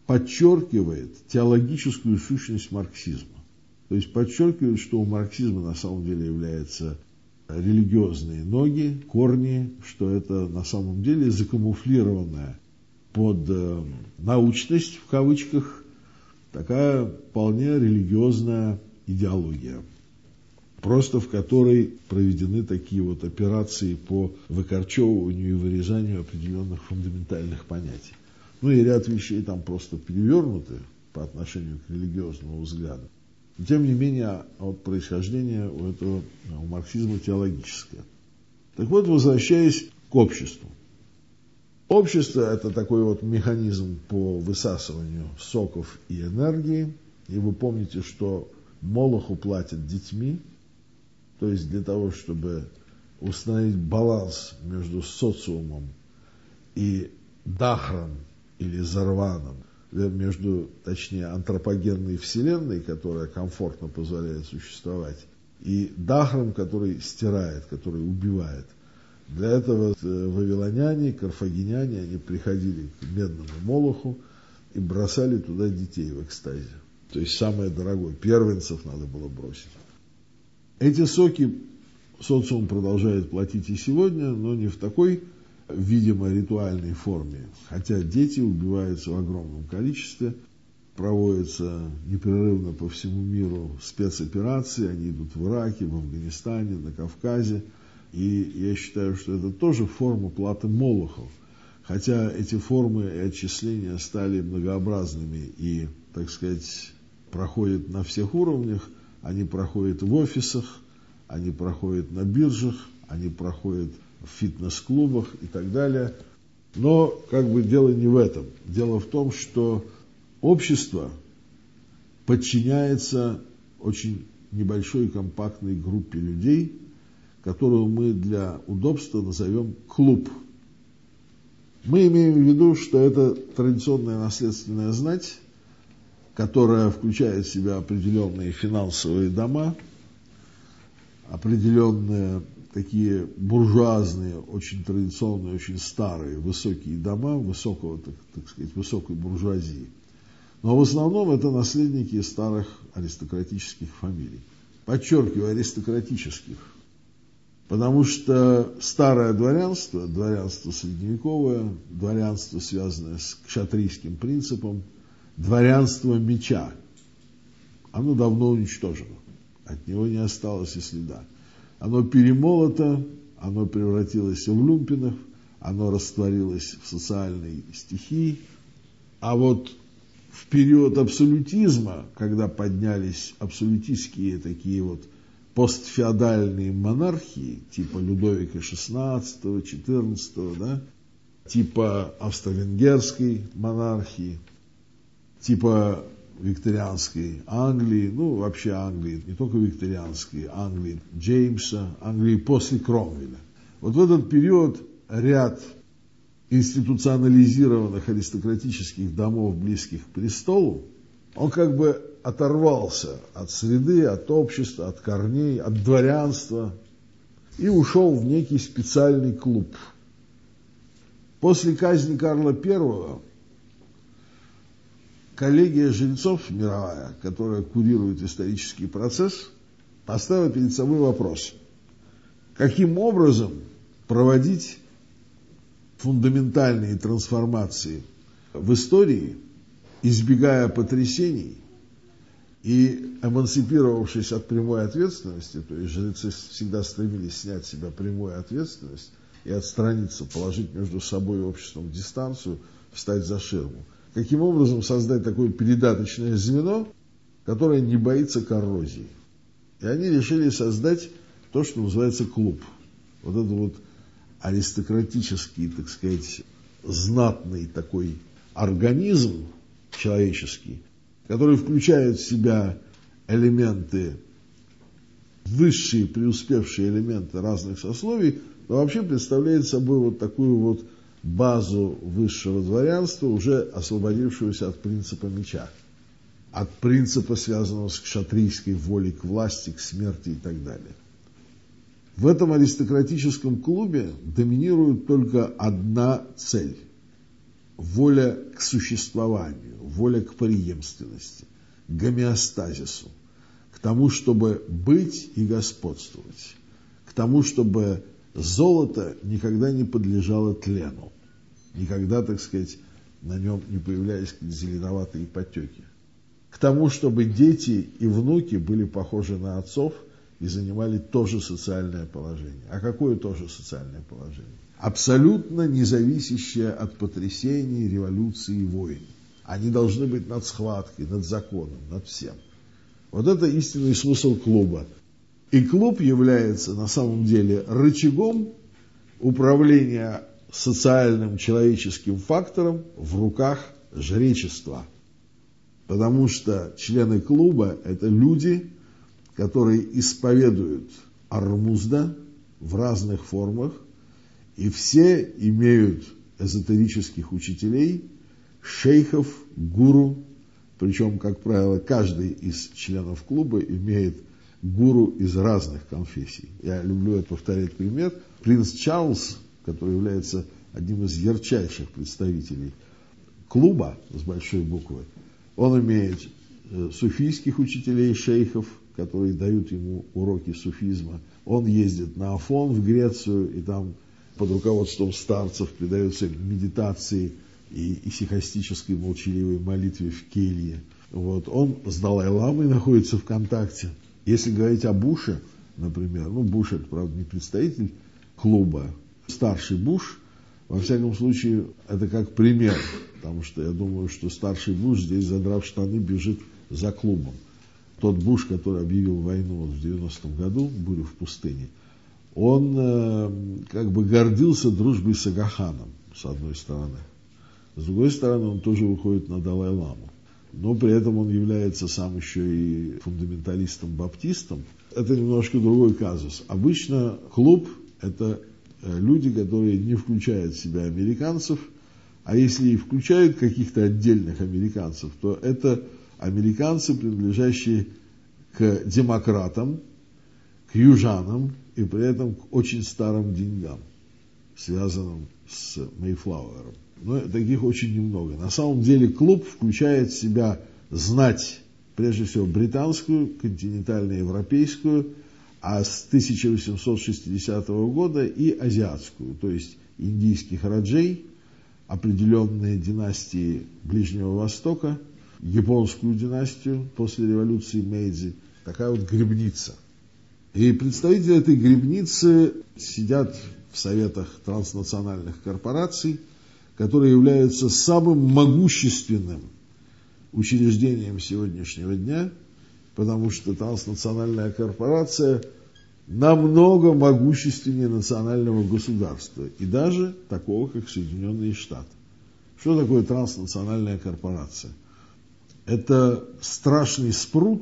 подчеркивает теологическую сущность марксизма. То есть подчеркивает, что у марксизма на самом деле являются религиозные ноги, корни, что это на самом деле закамуфлированная под э, научность, в кавычках, такая вполне религиозная идеология, просто в которой проведены такие вот операции по выкорчевыванию и вырезанию определенных фундаментальных понятий. Ну и ряд вещей там просто перевернуты по отношению к религиозному взгляду. Но, тем не менее, вот происхождение у этого у марксизма теологическое. Так вот, возвращаясь к обществу. Общество – это такой вот механизм по высасыванию соков и энергии. И вы помните, что Молоху платят детьми, то есть для того, чтобы установить баланс между социумом и дахром или зарваном, между, точнее, антропогенной вселенной, которая комфортно позволяет существовать, и дахром, который стирает, который убивает. Для этого вавилоняне, карфагеняне, они приходили к медному Молоху и бросали туда детей в экстазе. То есть самое дорогое, первенцев надо было бросить. Эти соки социум продолжает платить и сегодня, но не в такой, видимо, ритуальной форме. Хотя дети убиваются в огромном количестве, проводятся непрерывно по всему миру спецоперации, они идут в Ираке, в Афганистане, на Кавказе. И я считаю, что это тоже форма платы Молоху. Хотя эти формы и отчисления стали многообразными и, так сказать, проходят на всех уровнях. Они проходят в офисах, они проходят на биржах, они проходят в фитнес-клубах и так далее. Но как бы дело не в этом. Дело в том, что общество подчиняется очень небольшой компактной группе людей, которую мы для удобства назовем клуб. Мы имеем в виду, что это традиционная наследственная знать, которая включает в себя определенные финансовые дома, определенные такие буржуазные, очень традиционные, очень старые, высокие дома, высокого, так, так сказать, высокой буржуазии. Но в основном это наследники старых аристократических фамилий. Подчеркиваю, аристократических. Потому что старое дворянство, дворянство средневековое, дворянство, связанное с кшатрийским принципом, дворянство меча, оно давно уничтожено. От него не осталось и следа. Оно перемолото, оно превратилось в люмпинов, оно растворилось в социальной стихии. А вот в период абсолютизма, когда поднялись абсолютистские такие вот постфеодальные монархии, типа Людовика шестнадцатого, четырнадцатого, да, типа австро-венгерской монархии, типа викторианской Англии, ну вообще Англии, не только викторианской, Англии Джеймса, Англии после Кромвеля. Вот в этот период ряд институционализированных аристократических домов, близких к престолу, он как бы оторвался от среды, от общества, от корней, от дворянства и ушел в некий специальный клуб. После казни Карла Первого коллегия жрецов мировая, которая курирует исторический процесс, поставила перед собой вопрос, каким образом проводить фундаментальные трансформации в истории, избегая потрясений и эмансипировавшись от прямой ответственности, то есть жрецы всегда стремились снять с себя прямую ответственность и отстраниться, положить между собой и обществом дистанцию, встать за ширму. Каким образом создать такое передаточное звено, которое не боится коррозии. И они решили создать то, что называется клуб. Вот это вот аристократический, так сказать, знатный такой организм человеческий, который включает в себя элементы, высшие, преуспевшие элементы разных сословий, но вообще представляет собой вот такую вот базу высшего дворянства, уже освободившегося от принципа меча, от принципа, связанного с кшатрийской волей к власти, к смерти и так далее. В этом аристократическом клубе доминирует только одна цель. воля к существованию, воля к преемственности, к гомеостазису, к тому, чтобы быть и господствовать, к тому, чтобы золото никогда не подлежало тлену, никогда, так сказать, на нем не появлялись зеленоватые потеки, к тому, чтобы дети и внуки были похожи на отцов и занимали то же социальное положение. А какое тоже социальное положение? Абсолютно независящее от потрясений, революций и войн. Они должны быть над схваткой, над законом, над всем. Вот это истинный смысл клуба. И клуб является на самом деле рычагом управления социальным человеческим фактором в руках жречества. Потому что члены клуба – это люди, которые исповедуют Ар-Музда в разных формах, и все имеют эзотерических учителей, шейхов, гуру, причем, как правило, каждый из членов клуба имеет гуру из разных конфессий. Я люблю это повторять пример. Принц Чарльз, который является одним из ярчайших представителей клуба с большой буквы, он имеет суфийских учителей, шейхов, которые дают ему уроки суфизма. Он ездит на Афон в Грецию, и там под руководством старцев придаются медитации и исихастической молчаливой молитве в келье. Вот. Он с Далай-ламой находится в контакте. Если говорить о Буше, например, ну, Буш это, правда, не представитель клуба, старший Буш, во всяком случае, это как пример, потому что я думаю, что старший Буш здесь, задрав штаны, бежит за клубом. Тот Буш, который объявил войну в девяностом году, бурю в пустыне, он э, как бы гордился дружбой с Агаханом, с одной стороны. С другой стороны, он тоже выходит на Далай-ламу. Но при этом он является сам еще и фундаменталистом-баптистом. Это немножко другой казус. Обычно клуб – это люди, которые не включают в себя американцев, а если и включают каких-то отдельных американцев, то это американцы, принадлежащие к демократам, к южанам и при этом к очень старым деньгам, связанным с Мейфлауэром. Но таких очень немного. На самом деле клуб включает в себя знать, прежде всего, британскую, континентально-европейскую, а с тысяча восемьсот шестидесятого года и азиатскую, то есть индийских раджей, определенные династии Ближнего Востока, японскую династию после революции Мэйдзи, такая вот гребница. И представители этой гребницы сидят в советах транснациональных корпораций, которые являются самым могущественным учреждением сегодняшнего дня, потому что транснациональная корпорация намного могущественнее национального государства, и даже такого, как Соединенные Штаты. Что такое транснациональная корпорация? Это страшный спрут,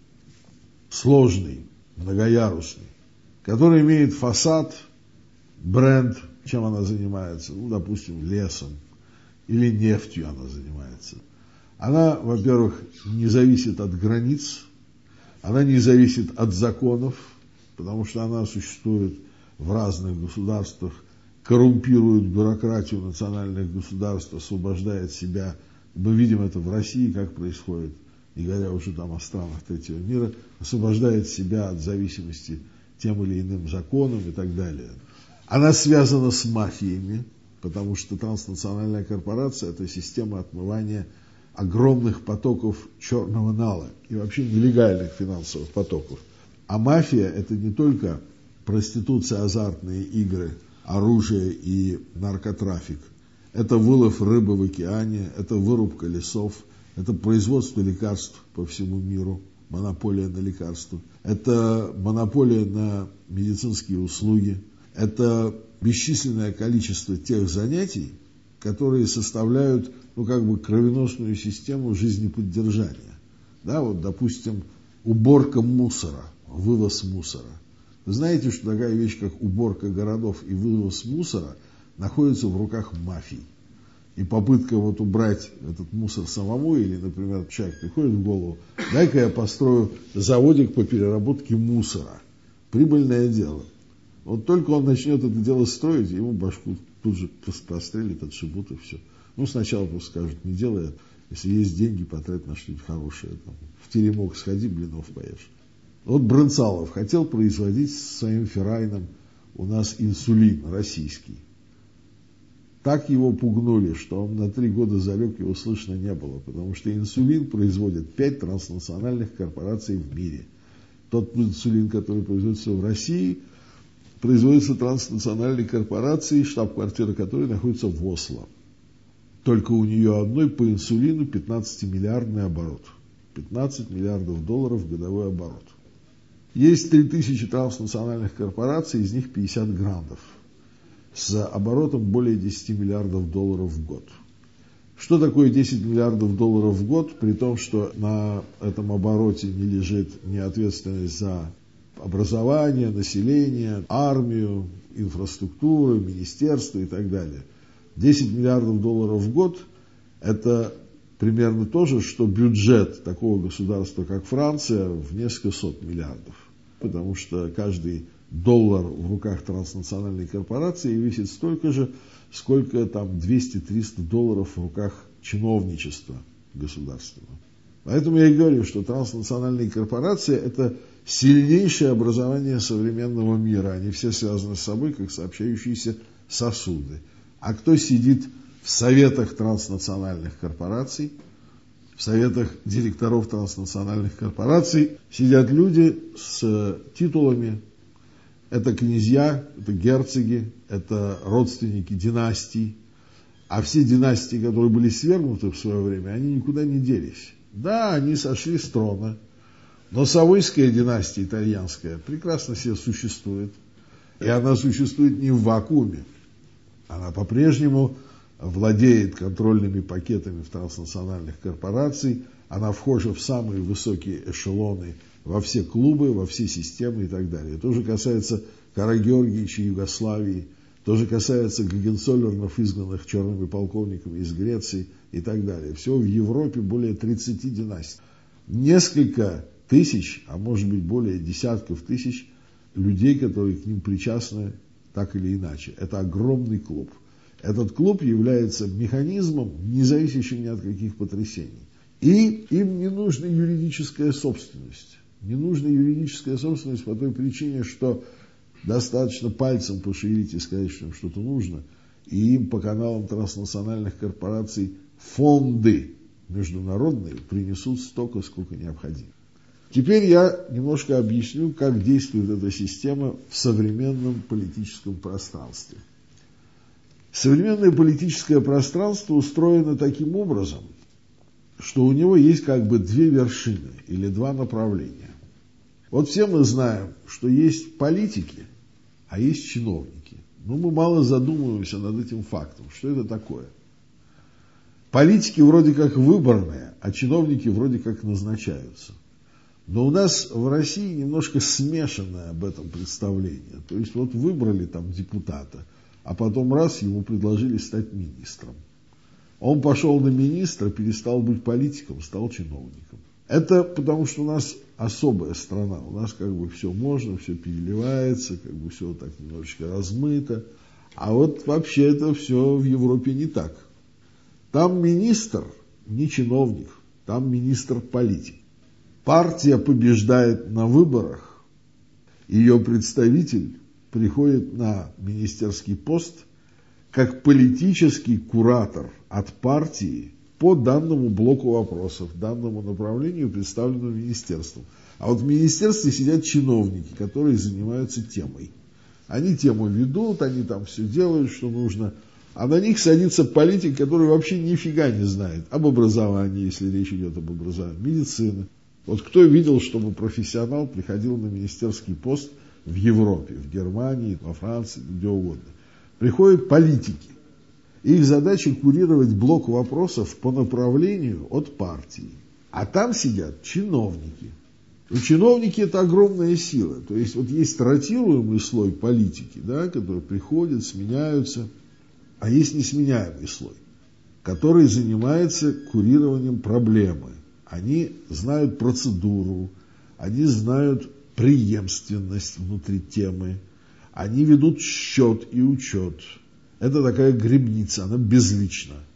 сложный, многоярусный, который имеет фасад, бренд. Чем она занимается? Ну, допустим, лесом или нефтью она занимается. Она, во-первых, не зависит от границ, она не зависит от законов, потому что она существует в разных государствах, коррумпирует бюрократию национальных государств, освобождает себя. Мы видим это в России, как происходит, не говоря уже там о странах третьего мира, освобождает себя от зависимости тем или иным законом и так далее. Она связана с мафиями, потому что транснациональная корпорация – это система отмывания огромных потоков черного нала и вообще нелегальных финансовых потоков. А мафия – это не только проституция, азартные игры, оружие и наркотрафик. Это вылов рыбы в океане, это вырубка лесов, это производство лекарств по всему миру, монополия на лекарства. Это монополия на медицинские услуги. Это бесчисленное количество тех занятий, которые составляют, ну, как бы кровеносную систему жизнеподдержания. Да, вот, допустим, уборка мусора, вывоз мусора. Вы знаете, что такая вещь, как уборка городов и вывоз мусора, находится в руках мафий. И попытка вот убрать этот мусор самому, или, например, человек приходит в голову, дай-ка я построю заводик по переработке мусора. Прибыльное дело. Вот только он начнет это дело строить, ему башку тут же прострелят, отшибут и все. Ну, сначала просто скажут, не делай это. Если есть деньги, потрать на что-нибудь хорошее. Там, в теремок сходи, блинов поешь. Вот Брынцалов хотел производить со своим Феррайном у нас инсулин российский. Так его пугнули, что он на три года залег, его слышно не было. Потому что инсулин производят пять транснациональных корпораций в мире. Тот инсулин, который производится в России, производится транснациональной корпорацией, штаб-квартира которой находится в Осло. Только у нее одной по инсулину пятнадцатимиллиардный оборот. пятнадцать миллиардов долларов годовой оборот. Есть три тысячи транснациональных корпораций, из них пятьдесят грандов. С оборотом более десять миллиардов долларов в год. Что такое десять миллиардов долларов в год, при том, что на этом обороте не лежит ни ответственность за образование, население, армию, инфраструктуру, министерство и так далее. десять миллиардов долларов в год – это примерно то же, что бюджет такого государства, как Франция, в несколько сот миллиардов. Потому что каждый доллар в руках транснациональной корпорации весит столько же, сколько там двести-триста долларов в руках чиновничества государственного. Поэтому я и говорю, что транснациональные корпорации – это сильнейшее образование современного мира. Они все связаны с собой, как сообщающиеся сосуды. А кто сидит в советах транснациональных корпораций, в советах директоров транснациональных корпораций, сидят люди с титулами. Это князья, это герцоги, это родственники династий. А все династии, которые были свергнуты в свое время, они никуда не делись. Да, они сошли с трона. Но Савойская династия итальянская прекрасно себе существует. И она существует не в вакууме. Она по-прежнему владеет контрольными пакетами в транснациональных корпораций. Она вхожа в самые высокие эшелоны, во все клубы, во все системы и так далее. То же касается Карагеоргиевича Югославии, то же касается Гогенцоллернов, изгнанных черными полковниками из Греции и так далее. Всего в Европе более тридцати династий. Несколько тысяч, а может быть более десятков тысяч людей, которые к ним причастны так или иначе. Это огромный клуб. Этот клуб является механизмом, не зависящим ни от каких потрясений. И им не нужна юридическая собственность. Не нужна юридическая собственность по той причине, что достаточно пальцем пошевелить и сказать, что им что-то нужно, и им по каналам транснациональных корпораций фонды международные принесут столько, сколько необходимо. Теперь я немножко объясню, как действует эта система в современном политическом пространстве. Современное политическое пространство устроено таким образом, что у него есть как бы две вершины или два направления. Вот все мы знаем, что есть политики, а есть чиновники. Но мы мало задумываемся над этим фактом. Что это такое? Политики вроде как выборные, а чиновники вроде как назначаются. Но у нас в России немножко смешанное об этом представление. То есть вот выбрали там депутата, а потом раз ему предложили стать министром. Он пошел на министра, перестал быть политиком, стал чиновником. Это потому, что у нас особая страна. У нас как бы все можно, все переливается, как бы все так немножечко размыто. А вот вообще это все в Европе не так. Там министр не чиновник, там министр политик. Партия побеждает на выборах, ее представитель приходит на министерский пост как политический куратор от партии по данному блоку вопросов, данному направлению, представленному министерством. А вот в министерстве сидят чиновники, которые занимаются темой. Они тему ведут, они там все делают, что нужно. А на них садится политик, который вообще нифига не знает об образовании, если речь идет об образовании, медицины. Вот кто видел, чтобы профессионал приходил на министерский пост в Европе, в Германии, во Франции, где угодно. Приходят политики. Их задача курировать блок вопросов по направлению от партии. А там сидят чиновники. И чиновники – это огромная сила. То есть вот есть ротируемый слой политики, да, которые приходят, сменяются. А есть несменяемый слой, который занимается курированием проблемы. Они знают процедуру, они знают преемственность внутри темы, они ведут счет и учет. Это такая гребница, она безлична.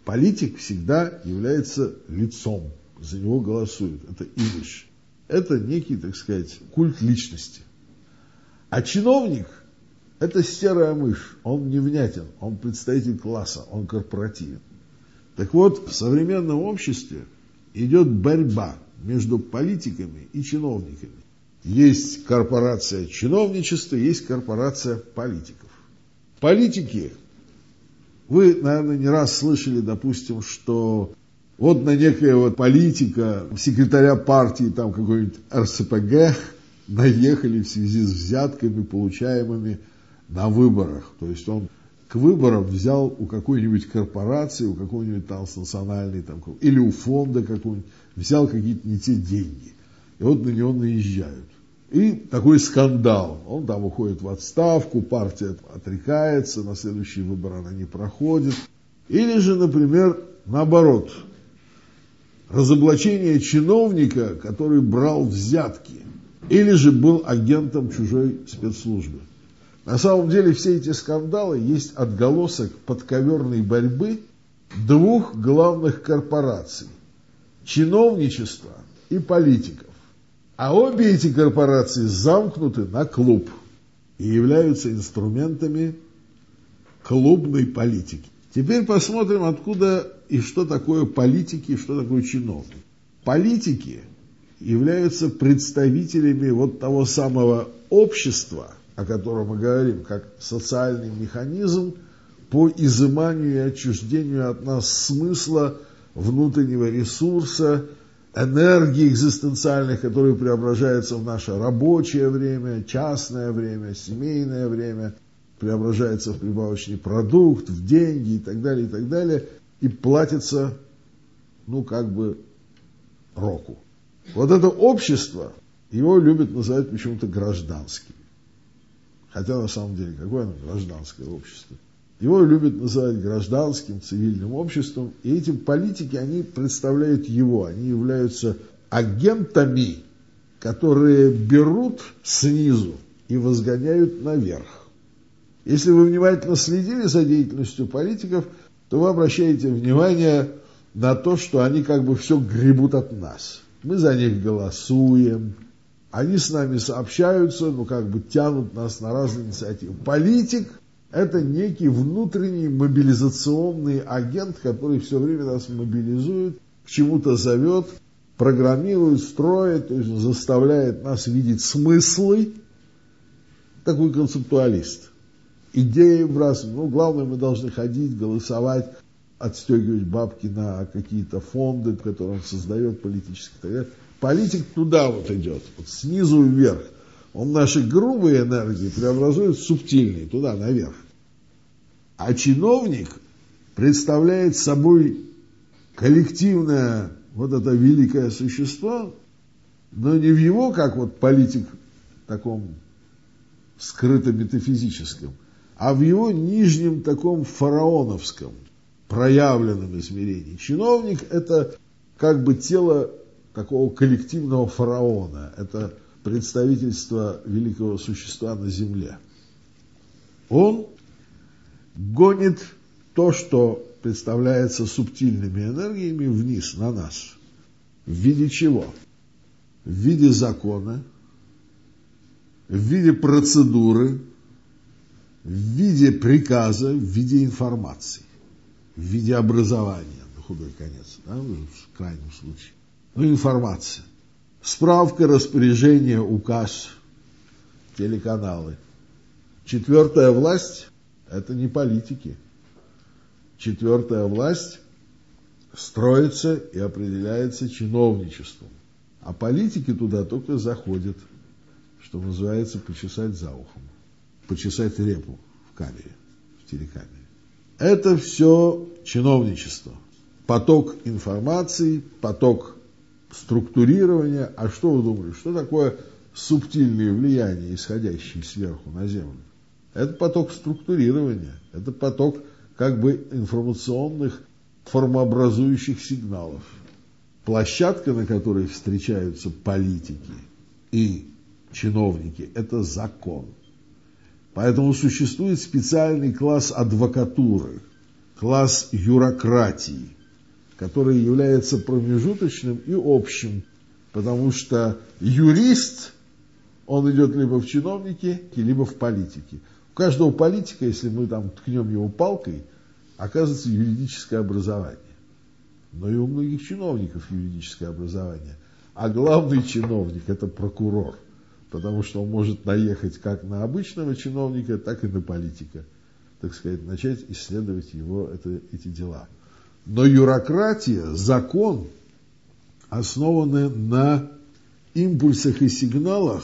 Политик всегда является лицом, за него голосуют, это имидж. Это некий, так сказать, культ личности. А чиновник – это серая мышь, он невнятен, он представитель класса, он корпоративен. Так вот, в современном обществе идет борьба между политиками и чиновниками. Есть корпорация чиновничества, есть корпорация политиков. Политики, вы, наверное, не раз слышали, допустим, что вот на некоего политика, секретаря партии, там какой-нибудь эр эс пэ гэ, наехали в связи с взятками, получаемыми на выборах. То есть он к выборам взял у какой-нибудь корпорации, у какой-нибудь транснациональной, там, или у фонда какого-нибудь, взял какие-то не те деньги. И вот на него наезжают. И такой скандал. Он там уходит в отставку, партия отрекается, на следующие выборы она не проходит. Или же, например, наоборот, разоблачение чиновника, который брал взятки, или же был агентом чужой спецслужбы. На самом деле все эти скандалы есть отголосок подковерной борьбы двух главных корпораций – чиновничества и политиков. А обе эти корпорации замкнуты на клуб и являются инструментами клубной политики. Теперь посмотрим, откуда и что такое политики, и что такое чиновник. Политики являются представителями вот того самого общества, о котором мы говорим, как социальный механизм по изыманию и отчуждению от нас смысла, внутреннего ресурса, энергии экзистенциальных, которые преображаются в наше рабочее время, частное время, семейное время, преображается в прибавочный продукт, в деньги и так далее, и так далее, и платится, ну, как бы, року. Вот это общество, его любят называть почему-то гражданским. Хотя на самом деле, какое оно гражданское общество? Его любят называть гражданским, цивильным обществом, и эти политики, они представляют его, они являются агентами, которые берут снизу и возгоняют наверх. Если вы внимательно следили за деятельностью политиков, то вы обращаете внимание на то, что они как бы все гребут от нас. Мы за них голосуем, они с нами сообщаются, ну как бы тянут нас на разные инициативы. Политик – это некий внутренний мобилизационный агент, который все время нас мобилизует, к чему-то зовет, программирует, строит, то есть заставляет нас видеть смыслы. Такой концептуалист. Идеи вбрасывать. Ну, главное, мы должны ходить, голосовать, отстегивать бабки на какие-то фонды, которые он создает политические и так далее. Политик туда вот идет, вот снизу вверх. Он наши грубые энергии преобразует в субтильные, туда, наверх. А чиновник представляет собой коллективное вот это великое существо, но не в его, как вот политик, таком скрыто-метафизическом, а в его нижнем таком фараоновском, проявленном измерении. Чиновник – это как бы тело такого коллективного фараона, это представительство великого существа на земле. Он гонит то, что представляется субтильными энергиями, вниз, на нас. В виде чего? В виде закона, в виде процедуры, в виде приказа, в виде информации, в виде образования, на худой конец, да, в крайнем случае. Ну, информация. Справка, распоряжение, указ, телеканалы. Четвертая власть – это не политики. Четвертая власть строится и определяется чиновничеством. А политики туда только заходят, что называется, почесать за ухом, почесать репу в камере, в телекамере. Это все чиновничество. Поток информации, поток структурирования. А что вы думали, что такое субтильные влияния, исходящие сверху на землю? Это поток структурирования, это поток как бы информационных формообразующих сигналов. Площадка, на которой встречаются политики и чиновники, это закон. Поэтому существует специальный класс адвокатуры. класс юрократии, который является промежуточным и общим, потому что юрист, он идет либо в чиновники, либо в политики. У каждого политика, если мы там ткнем его палкой, оказывается юридическое образование. Но и у многих чиновников юридическое образование. А главный чиновник – это прокурор, потому что он может наехать как на обычного чиновника, так и на политика. Так сказать, начать исследовать его это, эти дела. Но юрократия, закон, основаны на импульсах и сигналах,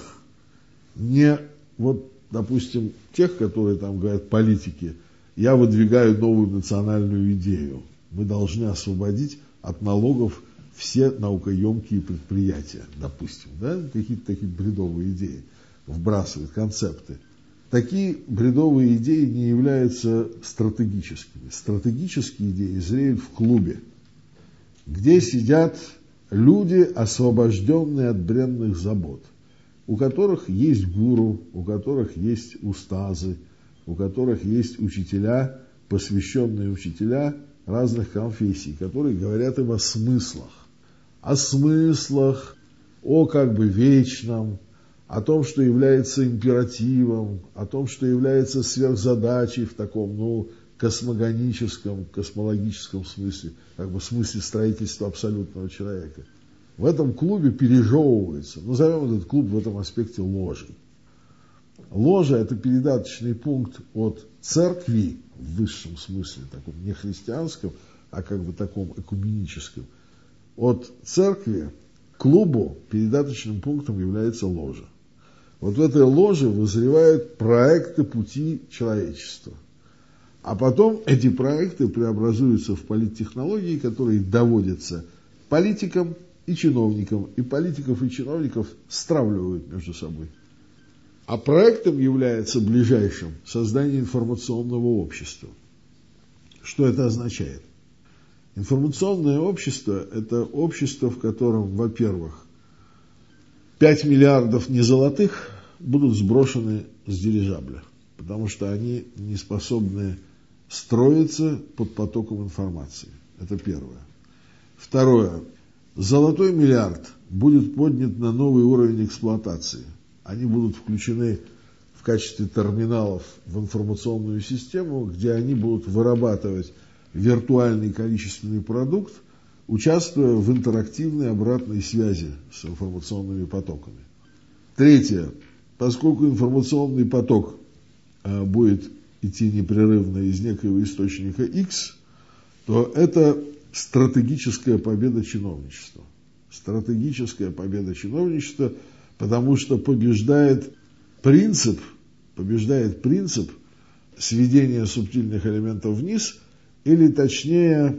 не вот, допустим, тех, которые там говорят политики, я выдвигаю новую национальную идею. Мы должны освободить от налогов все наукоемкие предприятия, допустим, да, какие-то такие бредовые идеи, вбрасывают концепты. Такие бредовые идеи не являются стратегическими. Стратегические идеи зреют в клубе, где сидят люди, освобожденные от бренных забот, у которых есть гуру, у которых есть устазы, у которых есть учителя, посвященные учителя разных конфессий, которые говорят им о смыслах. О смыслах, о как бы вечном, о том, что является императивом, о том, что является сверхзадачей в таком, ну, космогоническом, космологическом смысле, как бы в смысле строительства абсолютного человека. В этом клубе пережевывается, назовем этот клуб в этом аспекте ложей. Ложа – это передаточный пункт от церкви, в высшем смысле, таком не христианском, а как бы таком экуменическом. От церкви к клубу передаточным пунктом является ложа. Вот в этой ложе вызревают проекты пути человечества. А потом эти проекты преобразуются в политтехнологии, которые доводятся политикам и чиновникам. И политиков и чиновников стравливают между собой. А проектом является ближайшим создание информационного общества. Что это означает? Информационное общество – это общество, в котором, во-первых, пять миллиардов незолотых будут сброшены с дирижабля, потому что они не способны строиться под потоком информации. Это первое. Второе. Золотой миллиард будет поднят на новый уровень эксплуатации. Они будут включены в качестве терминалов в информационную систему, где они будут вырабатывать виртуальный количественный продукт, участвуя в интерактивной обратной связи с информационными потоками. Третье. Поскольку информационный поток э, будет идти непрерывно из некоего источника X, то это стратегическая победа чиновничества. Стратегическая победа чиновничества, потому что побеждает принцип, побеждает принцип сведения субтильных элементов вниз, или точнее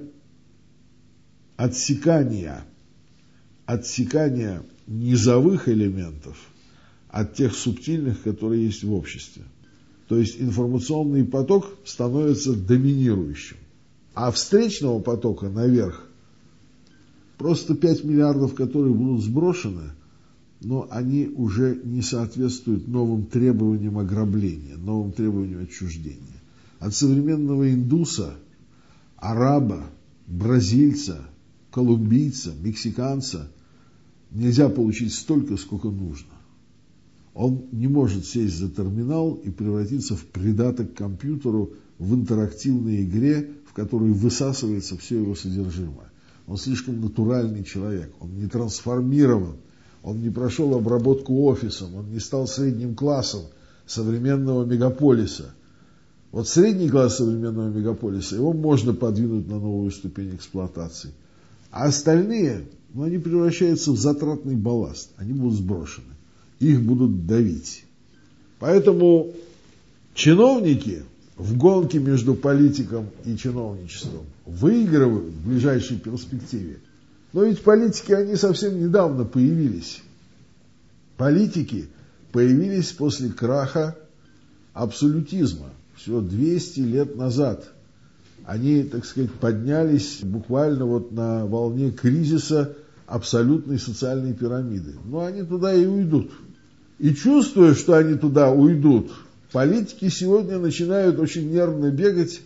отсекания, отсекания низовых элементов от тех субтильных, которые есть в обществе. То есть информационный поток становится доминирующим. А встречного потока наверх просто пять миллиардов, которые будут сброшены, но они уже не соответствуют новым требованиям ограбления, новым требованиям отчуждения. От современного индуса, араба, бразильца, колумбийца, мексиканца нельзя получить столько, сколько нужно. Он не может сесть за терминал и превратиться в придаток к компьютеру в интерактивной игре, в которой высасывается все его содержимое. Он слишком натуральный человек, он не трансформирован, он не прошел обработку офисом, он не стал средним классом современного мегаполиса. Вот средний класс современного мегаполиса, его можно подвинуть на новую ступень эксплуатации. А остальные, ну, они превращаются в затратный балласт, они будут сброшены, их будут давить. Поэтому чиновники в гонке между политиком и чиновничеством выигрывают в ближайшей перспективе. Но ведь политики, они совсем недавно появились. Политики появились после краха абсолютизма, всего двести лет назад. Они, так сказать, поднялись буквально вот на волне кризиса абсолютной социальной пирамиды. Но они туда и уйдут. И чувствуя, что они туда уйдут, политики сегодня начинают очень нервно бегать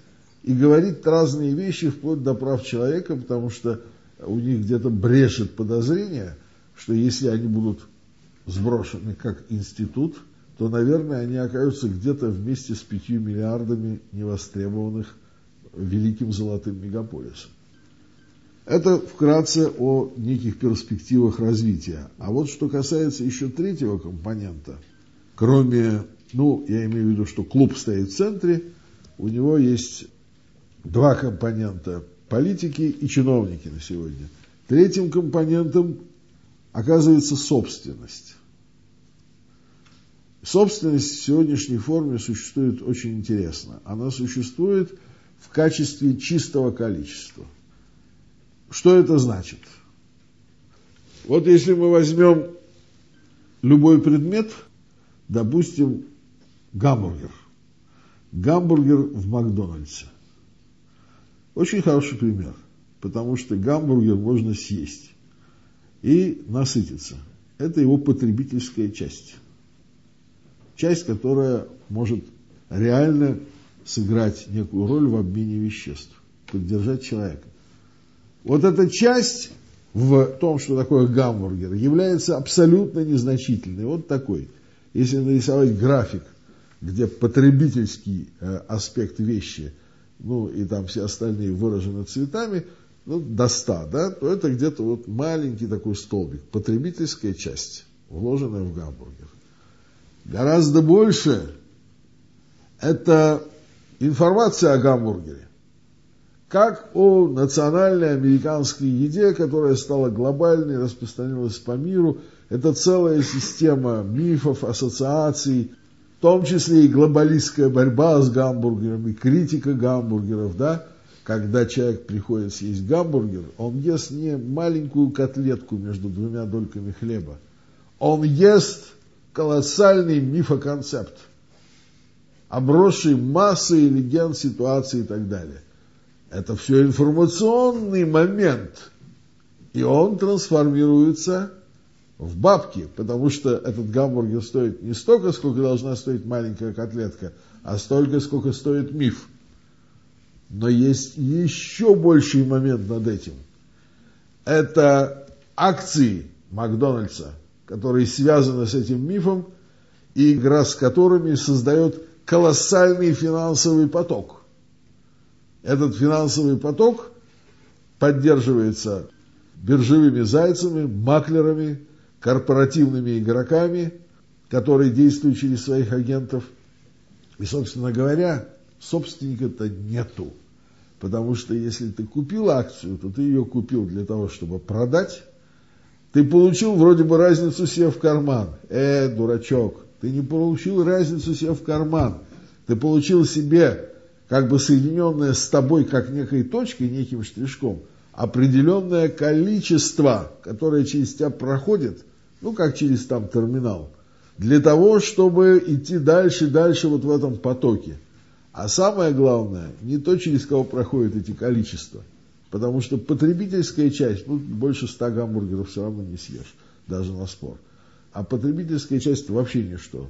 и говорить разные вещи вплоть до прав человека, потому что у них где-то брешет подозрение, что если они будут сброшены как институт, то, наверное, они окажутся где-то вместе с пятью миллиардами невостребованных великим золотым мегаполисом. Это вкратце о неких перспективах развития. А вот что касается еще третьего компонента, кроме, ну, я имею в виду, что клуб стоит в центре, у него есть два компонента – политики и чиновники на сегодня. Третьим компонентом оказывается собственность. Собственность в сегодняшней форме существует очень интересно. Она существует в качестве чистого количества. Что это значит? Вот если мы возьмем любой предмет, допустим, гамбургер. Гамбургер в Макдональдсе. Очень хороший пример, потому что гамбургер можно съесть и насытиться. Это его потребительская часть. Часть, которая может реально сыграть некую роль в обмене веществ, поддержать человека. Вот эта часть в том, что такое гамбургер, является абсолютно незначительной. Вот такой. Если нарисовать график, где потребительский э, аспект вещи, ну и там все остальные выражены цветами, ну, до ста, да, то это где-то вот маленький такой столбик. Потребительская часть, вложенная в гамбургер. Гораздо больше это информация о гамбургере. Как о национальной американской еде, которая стала глобальной, распространилась по миру. Это целая система мифов, ассоциаций, в том числе и глобалистская борьба с гамбургером, и критика гамбургеров, да. Когда человек приходит съесть гамбургер, он ест не маленькую котлетку между двумя дольками хлеба. Он ест колоссальный мифоконцепт, обросший массой легенд, ситуаций и так далее. Это все информационный момент, и он трансформируется в бабки, потому что этот гамбургер стоит не столько, сколько должна стоить маленькая котлетка, а столько, сколько стоит миф. Но есть еще больший момент над этим. Это акции Макдональдса, которые связаны с этим мифом, и игра с которыми создает колоссальный финансовый поток. Этот финансовый поток поддерживается биржевыми зайцами, маклерами, корпоративными игроками, которые действуют через своих агентов. И, собственно говоря, собственника-то нету. Потому что если ты купил акцию, то ты ее купил для того, чтобы продать. Ты получил вроде бы разницу себе в карман. Э, дурачок, ты не получил разницу себе в карман. Ты получил себе, как бы соединенное с тобой, как некой точкой, неким штришком, определенное количество, которое через тебя проходит, ну, как через там терминал, для того, чтобы идти дальше и дальше вот в этом потоке. А самое главное, не то, через кого проходят эти количества, потому что потребительская часть, ну, больше ста гамбургеров все равно не съешь, даже на спор. А потребительская часть вообще ничто.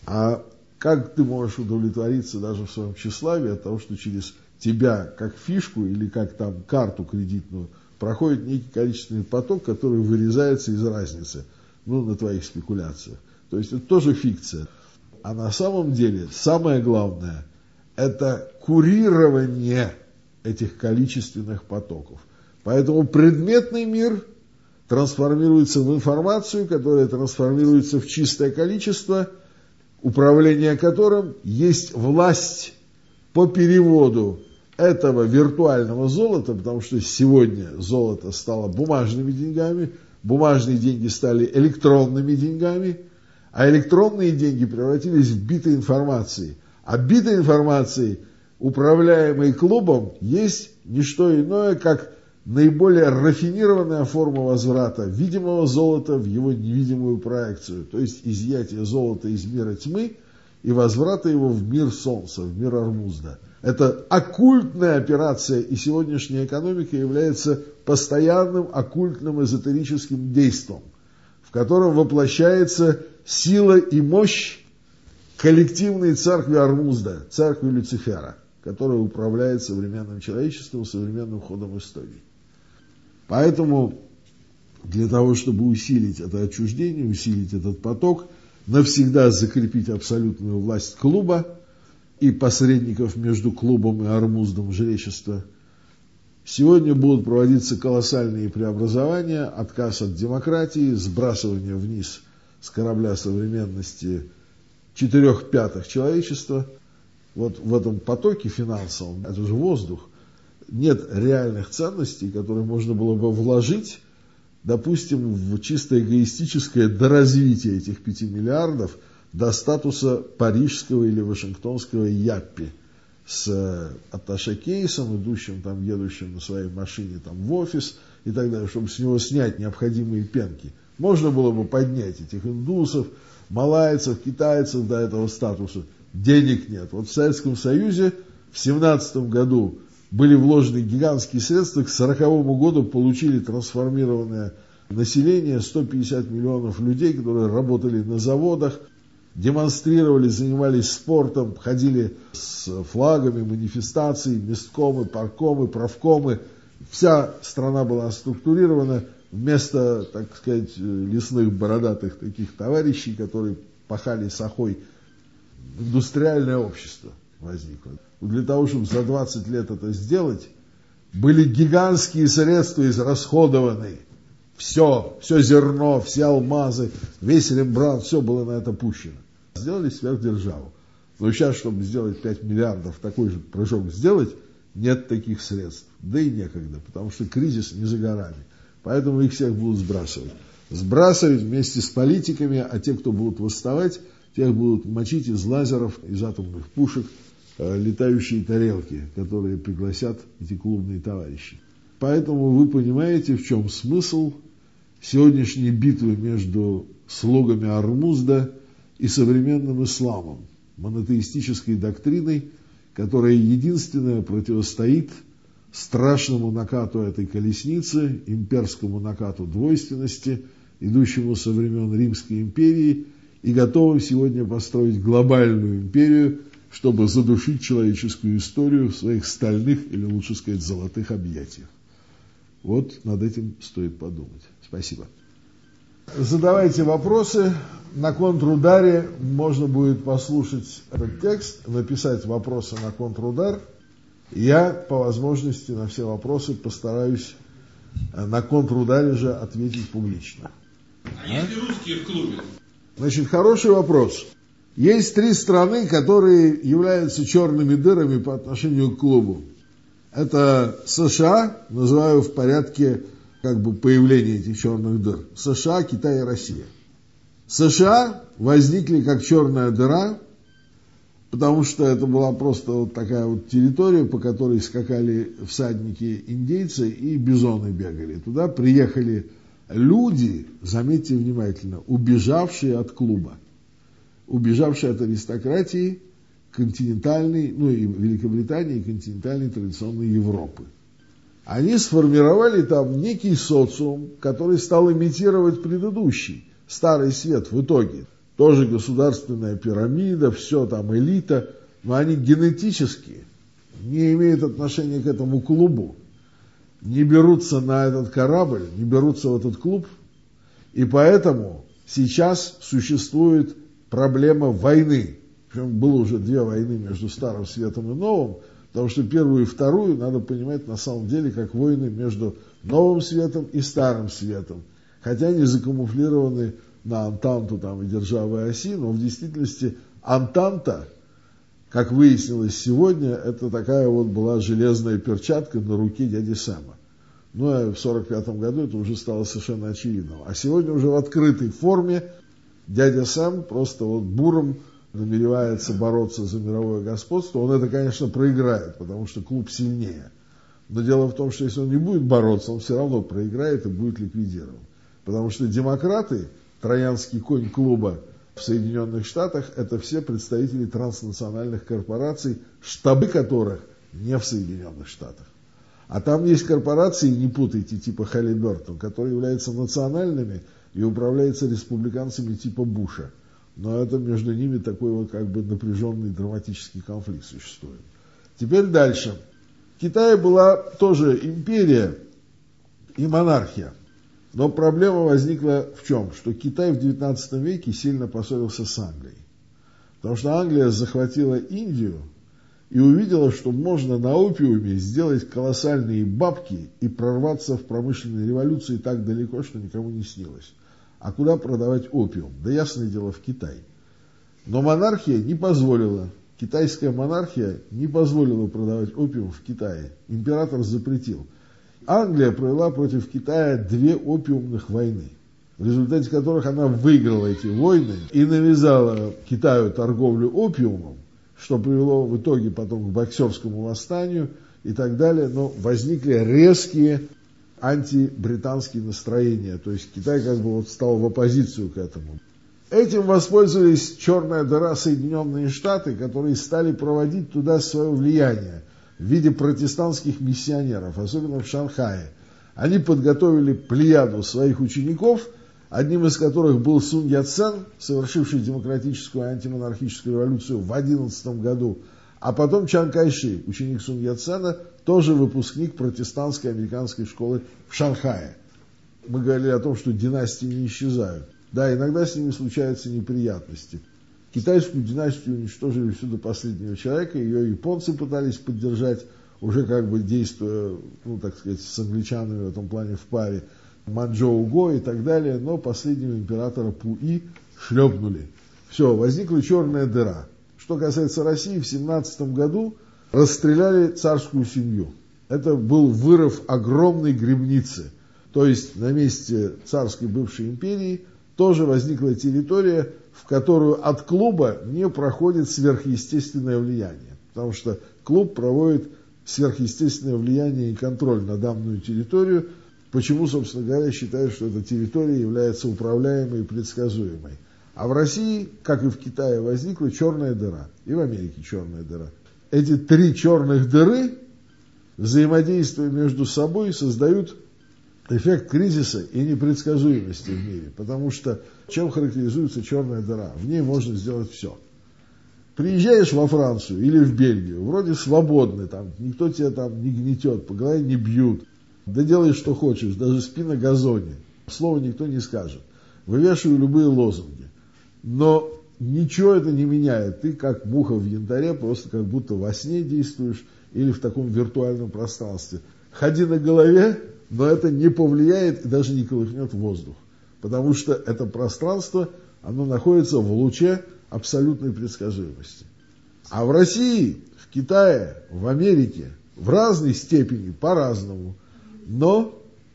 А как ты можешь удовлетвориться даже в своем тщеславии от того, что через тебя, как фишку или как там карту кредитную, проходит некий количественный поток, который вырезается из разницы, ну, на твоих спекуляциях. То есть это тоже фикция. А на самом деле самое главное – это курирование этих количественных потоков. Поэтому предметный мир трансформируется в информацию, которая трансформируется в чистое количество, управление которым есть власть по переводу этого виртуального золота, потому что сегодня золото стало бумажными деньгами, бумажные деньги стали электронными деньгами, а электронные деньги превратились в биты информации. А биты информации, управляемые клубом, есть не что иное, как наиболее рафинированная форма возврата видимого золота в его невидимую проекцию, то есть изъятие золота из мира тьмы и возврата его в мир солнца, в мир Ормузда. Это оккультная операция, и сегодняшняя экономика является постоянным оккультным эзотерическим действом, в котором воплощается сила и мощь коллективной церкви Ормузда, церкви Люцифера. которая управляет современным человечеством, современным ходом истории. Поэтому для того, чтобы усилить это отчуждение, усилить этот поток, навсегда закрепить абсолютную власть клуба и посредников между клубом и Ормуздом жречества, сегодня будут проводиться колоссальные преобразования, отказ от демократии, сбрасывание вниз с корабля современности четырех пятых человечества. Вот в этом потоке финансовом, это же воздух, нет реальных ценностей, которые можно было бы вложить, допустим, в чисто эгоистическое доразвитие этих пяти миллиардов до статуса парижского или вашингтонского яппи с атташе-кейсом, идущим там, едущим на своей машине там, в офис и так далее, чтобы с него снять необходимые пенки. Можно было бы поднять этих индусов, малайцев, китайцев до этого статуса. Денег нет. Вот в Советском Союзе в семнадцатом году были вложены гигантские средства, к сороковому году получили трансформированное население, сто пятьдесят миллионов людей, которые работали на заводах, демонстрировали, занимались спортом, ходили с флагами, манифестации, месткомы, паркомы, правкомы. Вся страна была структурирована. Вместо, так сказать, лесных бородатых таких товарищей, которые пахали сахой, индустриальное общество возникло. Для того, чтобы за двадцать лет это сделать, были гигантские средства израсходованы. Все, все зерно, все алмазы, весь Рембрандт, все было на это пущено. Сделали сверхдержаву. Но сейчас, чтобы сделать пять миллиардов, такой же прыжок сделать, нет таких средств. Да и некогда, потому что кризис не за горами. Поэтому их всех будут сбрасывать. Сбрасывать вместе с политиками, а те, кто будут восставать, тех будут мочить из лазеров, из атомных пушек, э, летающие тарелки, которые пригласят эти клубные товарищи. Поэтому вы понимаете, в чем смысл сегодняшней битвы между слугами Ормузда и современным исламом, монотеистической доктриной, которая единственная противостоит страшному накату этой колесницы, имперскому накату двойственности, идущему со времен Римской империи, и готовым сегодня построить глобальную империю, чтобы задушить человеческую историю в своих стальных, или лучше сказать, золотых объятиях. Вот над этим стоит подумать. Спасибо. Задавайте вопросы. На контрударе можно будет послушать этот текст, написать вопросы на контрудар. Я, по возможности, на все вопросы постараюсь на контрударе же ответить публично. А, а? Есть ли русские в клубе? Значит, хороший вопрос. Есть три страны, которые являются черными дырами по отношению к клубу. Это США, называю в порядке как бы появления этих черных дыр. США, Китай и Россия. США возникли как черная дыра, потому что это была просто вот такая вот территория, по которой скакали всадники-индейцы и бизоны бегали. Туда приехали люди, заметьте внимательно, убежавшие от клуба, убежавшие от аристократии континентальной, ну и Великобритании, и континентальной традиционной Европы. Они сформировали там некий социум, который стал имитировать предыдущий, Старый Свет в итоге. Тоже государственная пирамида, все там элита, но они генетически не имеют отношения к этому клубу, не берутся на этот корабль, не берутся в этот клуб, и поэтому сейчас существует проблема войны. Причем было уже две войны между Старым Светом и Новым, потому что первую и вторую надо понимать на самом деле как войны между Новым Светом и Старым Светом. Хотя они закамуфлированы на Антанту там, и державы оси, но в действительности Антанта, как выяснилось сегодня, это такая вот была железная перчатка на руке дяди Сэма. Ну, а в сорок пятом году это уже стало совершенно очевидным. А сегодня уже в открытой форме дядя Сэм просто вот буром намеревается бороться за мировое господство. Он это, конечно, проиграет, потому что клуб сильнее. Но дело в том, что если он не будет бороться, он все равно проиграет и будет ликвидирован. Потому что демократы, троянский конь клуба в Соединенных Штатах, это все представители транснациональных корпораций, штабы которых не в Соединенных Штатах. А там есть корпорации, не путайте, типа Халлибертон, которые являются национальными и управляются республиканцами типа Буша. Но это между ними такой вот как бы напряженный драматический конфликт существует. Теперь дальше. В Китае была тоже империя и монархия. Но проблема возникла в чем? Что Китай в девятнадцатом веке сильно поссорился с Англией. Потому что Англия захватила Индию и увидела, что можно на опиуме сделать колоссальные бабки и прорваться в промышленной революции так далеко, что никому не снилось. А куда продавать опиум? Да ясное дело, в Китай. Но монархия не позволила. Китайская монархия не позволила продавать опиум в Китае. Император запретил. Англия провела против Китая две опиумных войны, в результате которых она выиграла эти войны и навязала Китаю торговлю опиумом, что привело в итоге потом к боксерскому восстанию и так далее. Но возникли резкие антибританские настроения. То есть Китай как бы вот стал в оппозицию к этому. Этим воспользовались черная дыра Соединенные Штаты, которые стали проводить туда свое влияние в виде протестантских миссионеров, особенно в Шанхае. Они подготовили плеяду своих учеников, одним из которых был Сун Яцен, совершивший демократическую антимонархическую революцию в одиннадцатом году, а потом Чан Кайши, ученик Сун Яцена, тоже выпускник протестантской американской школы в Шанхае. Мы говорили о том, что династии не исчезают. Да, иногда с ними случаются неприятности. Китайскую династию уничтожили всю до последнего человека, ее японцы пытались поддержать, уже как бы действуя, ну, так сказать, с англичанами в этом плане в паре, Манчжоу Го и так далее, но последнего императора Пуи шлепнули. Все, возникла черная дыра. Что касается России, в семнадцатом году расстреляли царскую семью. Это был вырыв огромной гробницы. То есть на месте царской бывшей империи тоже возникла территория, в которую от клуба не проходит сверхъестественное влияние. Потому что клуб проводит сверхъестественное влияние и контроль на данную территорию. Почему, собственно говоря, считают, что эта территория является управляемой и предсказуемой. А в России, как и в Китае, возникла черная дыра. И в Америке черная дыра. Эти три черных дыры, взаимодействуя между собой, создают эффект кризиса и непредсказуемости в мире. Потому что чем характеризуется черная дыра? В ней можно сделать все. Приезжаешь во Францию или в Бельгию, вроде свободный, там, никто тебя там не гнетет, по голове не бьют. Да делай, что хочешь, даже спи на газоне. Слова никто не скажет. Вывешивай любые лозунги. Но ничего это не меняет. Ты как муха в янтаре, просто как будто во сне действуешь или в таком виртуальном пространстве. Ходи на голове, но это не повлияет и даже не колыхнет воздух. Потому что это пространство, оно находится в луче абсолютной предсказуемости. А в России, в Китае, в Америке в разной степени, по-разному. Но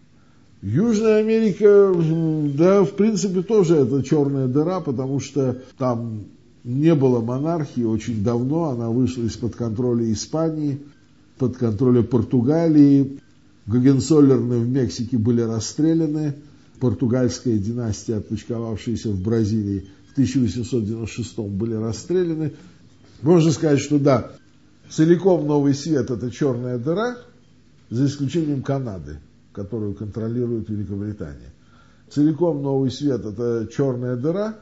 Южная Америка, да, в принципе, тоже это черная дыра, потому что там не было монархии очень давно, она вышла из-под контроля Испании, под контроля Португалии. Гогенцоллерны в Мексике были расстреляны, португальская династия, отпочковавшаяся в Бразилии, в тысяча восемьсот девяносто шестом были расстреляны. Можно сказать, что да, целиком Новый Свет это черная дыра, за исключением Канады, которую контролирует Великобритания. Целиком Новый Свет это черная дыра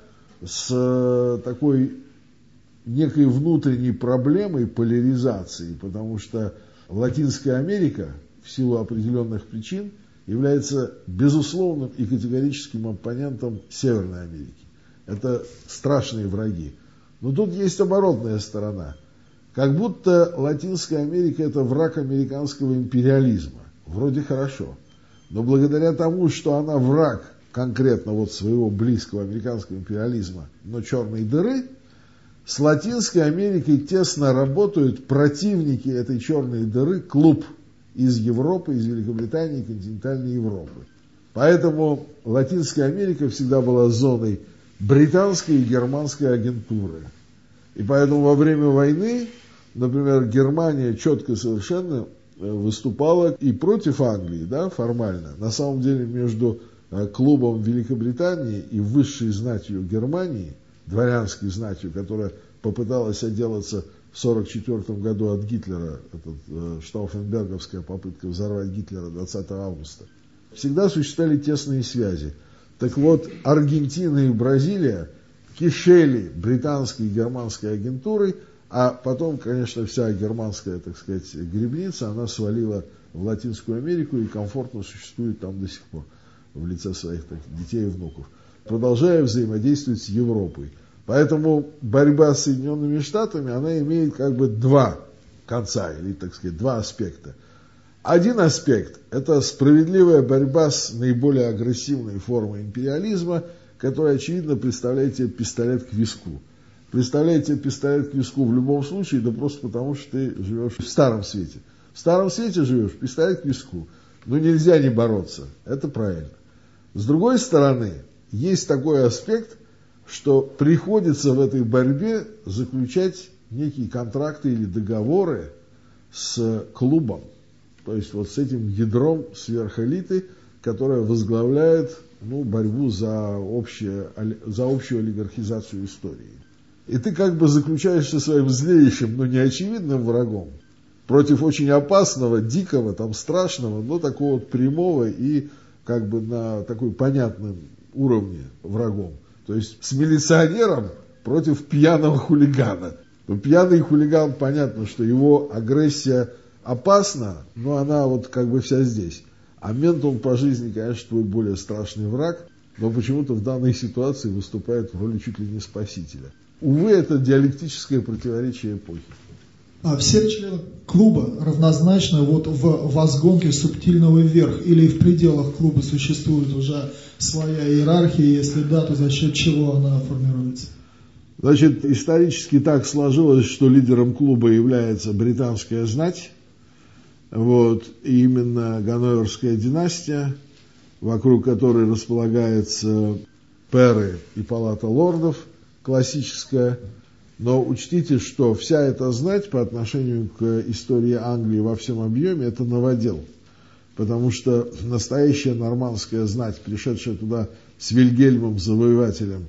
с такой некой внутренней проблемой поляризации, потому что Латинская Америка в силу определенных причин является безусловным и категорическим оппонентом Северной Америки. Это страшные враги. Но тут есть оборотная сторона. Как будто Латинская Америка это враг американского империализма. Вроде хорошо. Но благодаря тому, что она враг конкретно вот своего близкого американского империализма, но черной дыры, с Латинской Америкой тесно работают противники этой черной дыры, клуб из Европы, из Великобритании и континентальной Европы. Поэтому Латинская Америка всегда была зоной британской и германской агентуры. И поэтому во время войны, например, Германия четко совершенно выступала и против Англии, да, формально. На самом деле между клубом Великобритании и высшей знатью Германии, дворянской знатью, которая попыталась отделаться в сорок четвёртом году от Гитлера, это штауфенберговская попытка взорвать Гитлера двадцатого августа, всегда существовали тесные связи. Так вот, Аргентина и Бразилия кишели британской и германской агентурой, А потом, конечно, вся германская, так сказать, гребница, она свалила в Латинскую Америку и комфортно существует там до сих пор в лице своих так, детей и внуков, продолжая взаимодействовать с Европой. Поэтому борьба с Соединенными Штатами, она имеет как бы два конца, или, так сказать, два аспекта. Один аспект – это справедливая борьба с наиболее агрессивной формой империализма, которая, очевидно, представляет тебе пистолет к виску. Представляет тебе пистолет к виску в любом случае, да просто потому, что ты живешь в старом свете. В старом свете живешь, пистолет к виску. Ну, нельзя не бороться. Это правильно. С другой стороны, есть такой аспект, что приходится в этой борьбе заключать некие контракты или договоры с клубом. То есть вот с этим ядром сверхэлиты, которая возглавляет ну, борьбу за, общее, за общую олигархизацию истории. И ты как бы заключаешься своим злейшим, но неочевидным врагом против очень опасного, дикого, там, страшного, но такого вот прямого и как бы на такой понятном уровне врагом. То есть с милиционером против пьяного хулигана. Но пьяный хулиган, понятно, что его агрессия опасна, но она вот как бы вся здесь. А мент, он по жизни, конечно, твой более страшный враг, но почему-то в данной ситуации выступает в роли чуть ли не спасителя. Увы, это диалектическое противоречие эпохи. А все члены клуба равнозначны вот в возгонке субтильного вверх, или в пределах клуба существует уже своя иерархия, если да, то за счет чего она формируется? Значит, исторически так сложилось, что лидером клуба является британская знать, вот, и именно Ганноверская династия, вокруг которой располагается пэры и палата лордов, классическая. Но учтите, что вся эта знать по отношению к истории Англии во всем объеме – это новодел. Потому что настоящая нормандская знать, пришедшая туда с Вильгельмом Завоевателем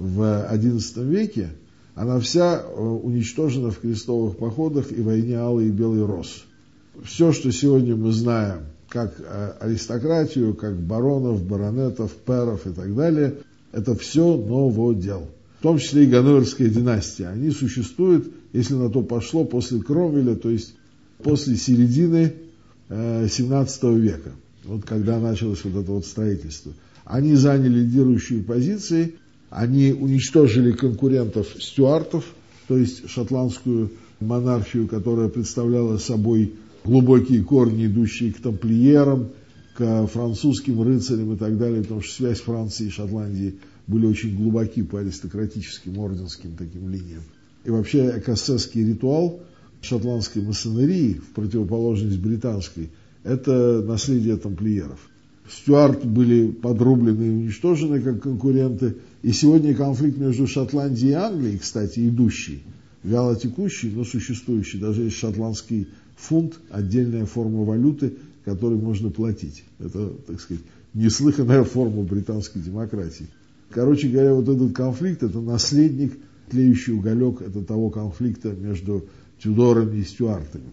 в одиннадцатом веке, она вся уничтожена в крестовых походах и войне Алый и Белый Роз. Все, что сегодня мы знаем, как аристократию, как баронов, баронетов, пэров и так далее, это все новодел. В том числе и Ганноверская династия. Они существуют, если на то пошло, после Кромвеля, то есть после середины э, семнадцатого века, вот когда началось вот это вот строительство. Они заняли лидирующие позиции, они уничтожили конкурентов стюартов, то есть шотландскую монархию, которая представляла собой глубокие корни, идущие к тамплиерам, к французским рыцарям и так далее, потому что связь Франции и Шотландии были очень глубоки по аристократическим, орденским таким линиям. И вообще экоссесский ритуал шотландской масонерии, в противоположность британской, это наследие тамплиеров. Стюарты были подрублены и уничтожены как конкуренты. И сегодня конфликт между Шотландией и Англией, кстати, идущий, вяло текущий, но существующий. Даже есть шотландский фунт, отдельная форма валюты, которой можно платить. Это, так сказать, неслыханная форма британской демократии. Короче говоря, вот этот конфликт, это наследник, тлеющий уголек, это того конфликта между Тюдорами и Стюартами.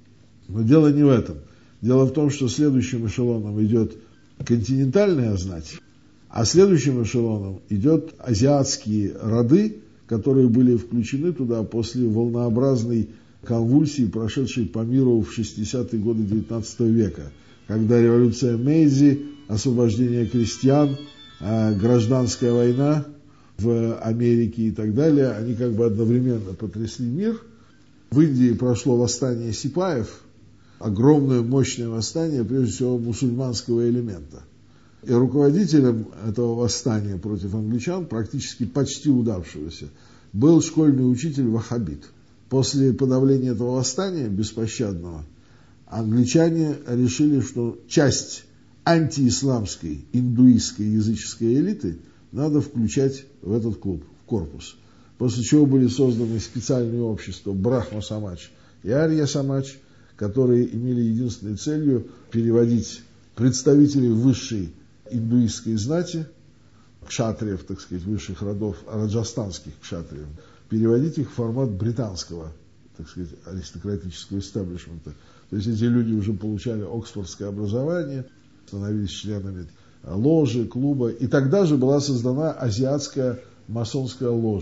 Но дело не в этом. Дело в том, что следующим эшелоном идет континентальная знать, а следующим эшелоном идет азиатские роды, которые были включены туда после волнообразной конвульсии, прошедшей по миру в шестидесятые годы девятнадцатого века, когда революция Мэйзи, освобождение крестьян, гражданская война в Америке и так далее, они как бы одновременно потрясли мир. В Индии прошло восстание сипаев, огромное мощное восстание, прежде всего мусульманского элемента. И руководителем этого восстания против англичан, практически почти удавшегося, был школьный учитель ваххабит. После подавления этого восстания беспощадного, англичане решили, что часть антиисламской, индуистской, языческой элиты надо включать в этот клуб, в корпус. После чего были созданы специальные общества Брахма-Самадж и Арья-Самадж, которые имели единственной целью переводить представителей высшей индуистской знати, кшатриев, так сказать, высших родов, раджастанских кшатриев, переводить их в формат британского, так сказать, аристократического истеблишмента. То есть эти люди уже получали оксфордское образование, становились членами ложи, клуба. И тогда же была создана азиатская масонская ложа,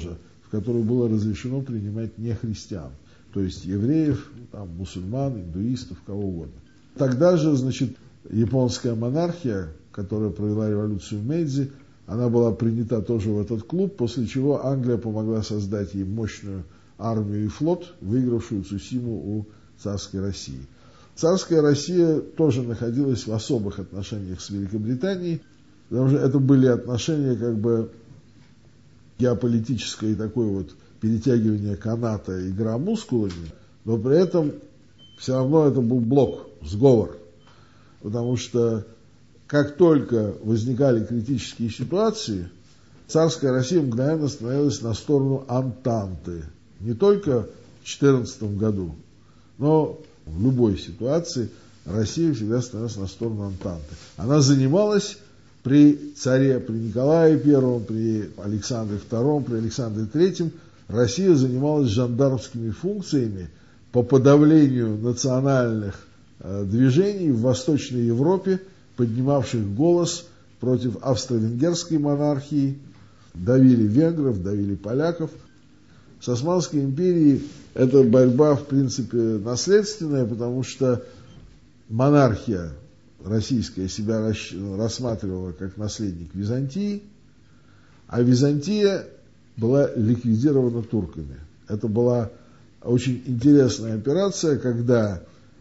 в которую было разрешено принимать нехристиан, то есть евреев, там, мусульман, индуистов, кого угодно. Тогда же, значит, японская монархия, которая провела революцию Мэйдзи, она была принята тоже в этот клуб, после чего Англия помогла создать ей мощную армию и флот, выигравшую Цусиму у царской России. Царская Россия тоже находилась в особых отношениях с Великобританией, потому что это были отношения как бы геополитическое и такое вот перетягивание каната, игра мускулами, но при этом все равно это был блок, сговор. Потому что как только возникали критические ситуации, царская Россия мгновенно становилась на сторону Антанты. Не только в тысяча девятьсот четырнадцатом году, но в любой ситуации Россия всегда становилась на сторону Антанты. Она занималась при царе, при Николае Первом, при Александре Втором, при Александре Третьем, Россия занималась жандармскими функциями по подавлению национальных э, движений в Восточной Европе, поднимавших голос против австро-венгерской монархии, давили венгров, давили поляков. С Османской империей эта борьба, в принципе, наследственная, потому что монархия российская себя рассматривала как наследник Византии, а Византия была ликвидирована турками. Это была очень интересная операция, когда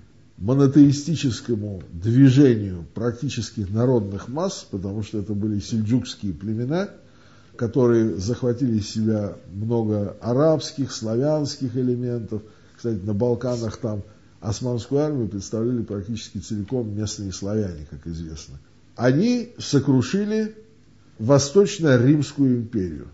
монотеистическому движению практически народных масс, потому что это были сельджукские племена, которые захватили в себя много арабских, славянских элементов. Кстати, на Балканах там османскую армию представляли практически целиком местные славяне, как известно. Они сокрушили Восточно-Римскую империю,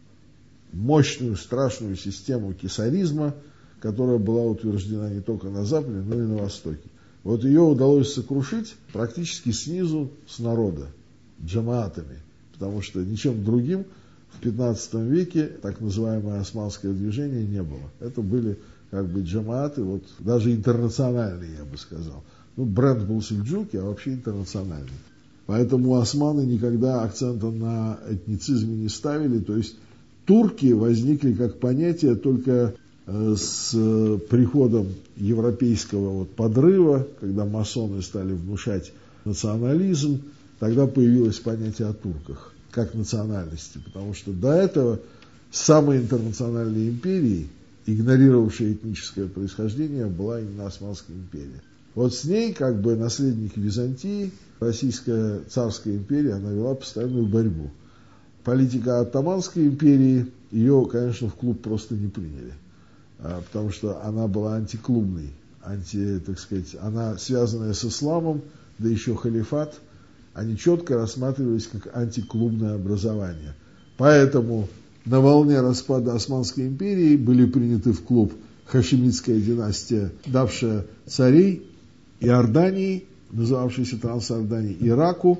мощную, страшную систему кесаризма, которая была утверждена не только на Западе, но и на Востоке. Вот ее удалось сокрушить практически снизу, с народа, джамаатами, потому что ничем другим в пятнадцатом веке так называемое османское движение не было. Это были как бы джамааты, вот даже интернациональные, я бы сказал. Ну, бренд был сельджуки, а вообще интернациональный. Поэтому османы никогда акцента на этницизме не ставили. То есть турки возникли как понятие только с приходом европейского вот подрыва, когда масоны стали внушать национализм, тогда появилось понятие о турках как национальности, потому что до этого самой интернациональной империей, игнорировавшей этническое происхождение, была именно Османская империя. Вот с ней, как бы наследники Византии, Российская царская империя, она вела постоянную борьбу. Политика Оттоманской империи, ее, конечно, в клуб просто не приняли, потому что она была антиклубной, анти, так сказать, она связанная с исламом, да еще халифат, они четко рассматривались как антиклубное образование. Поэтому на волне распада Османской империи были приняты в клуб хашемитская династия, давшая царей Иордании, называвшейся Трансиорданией, Ираку.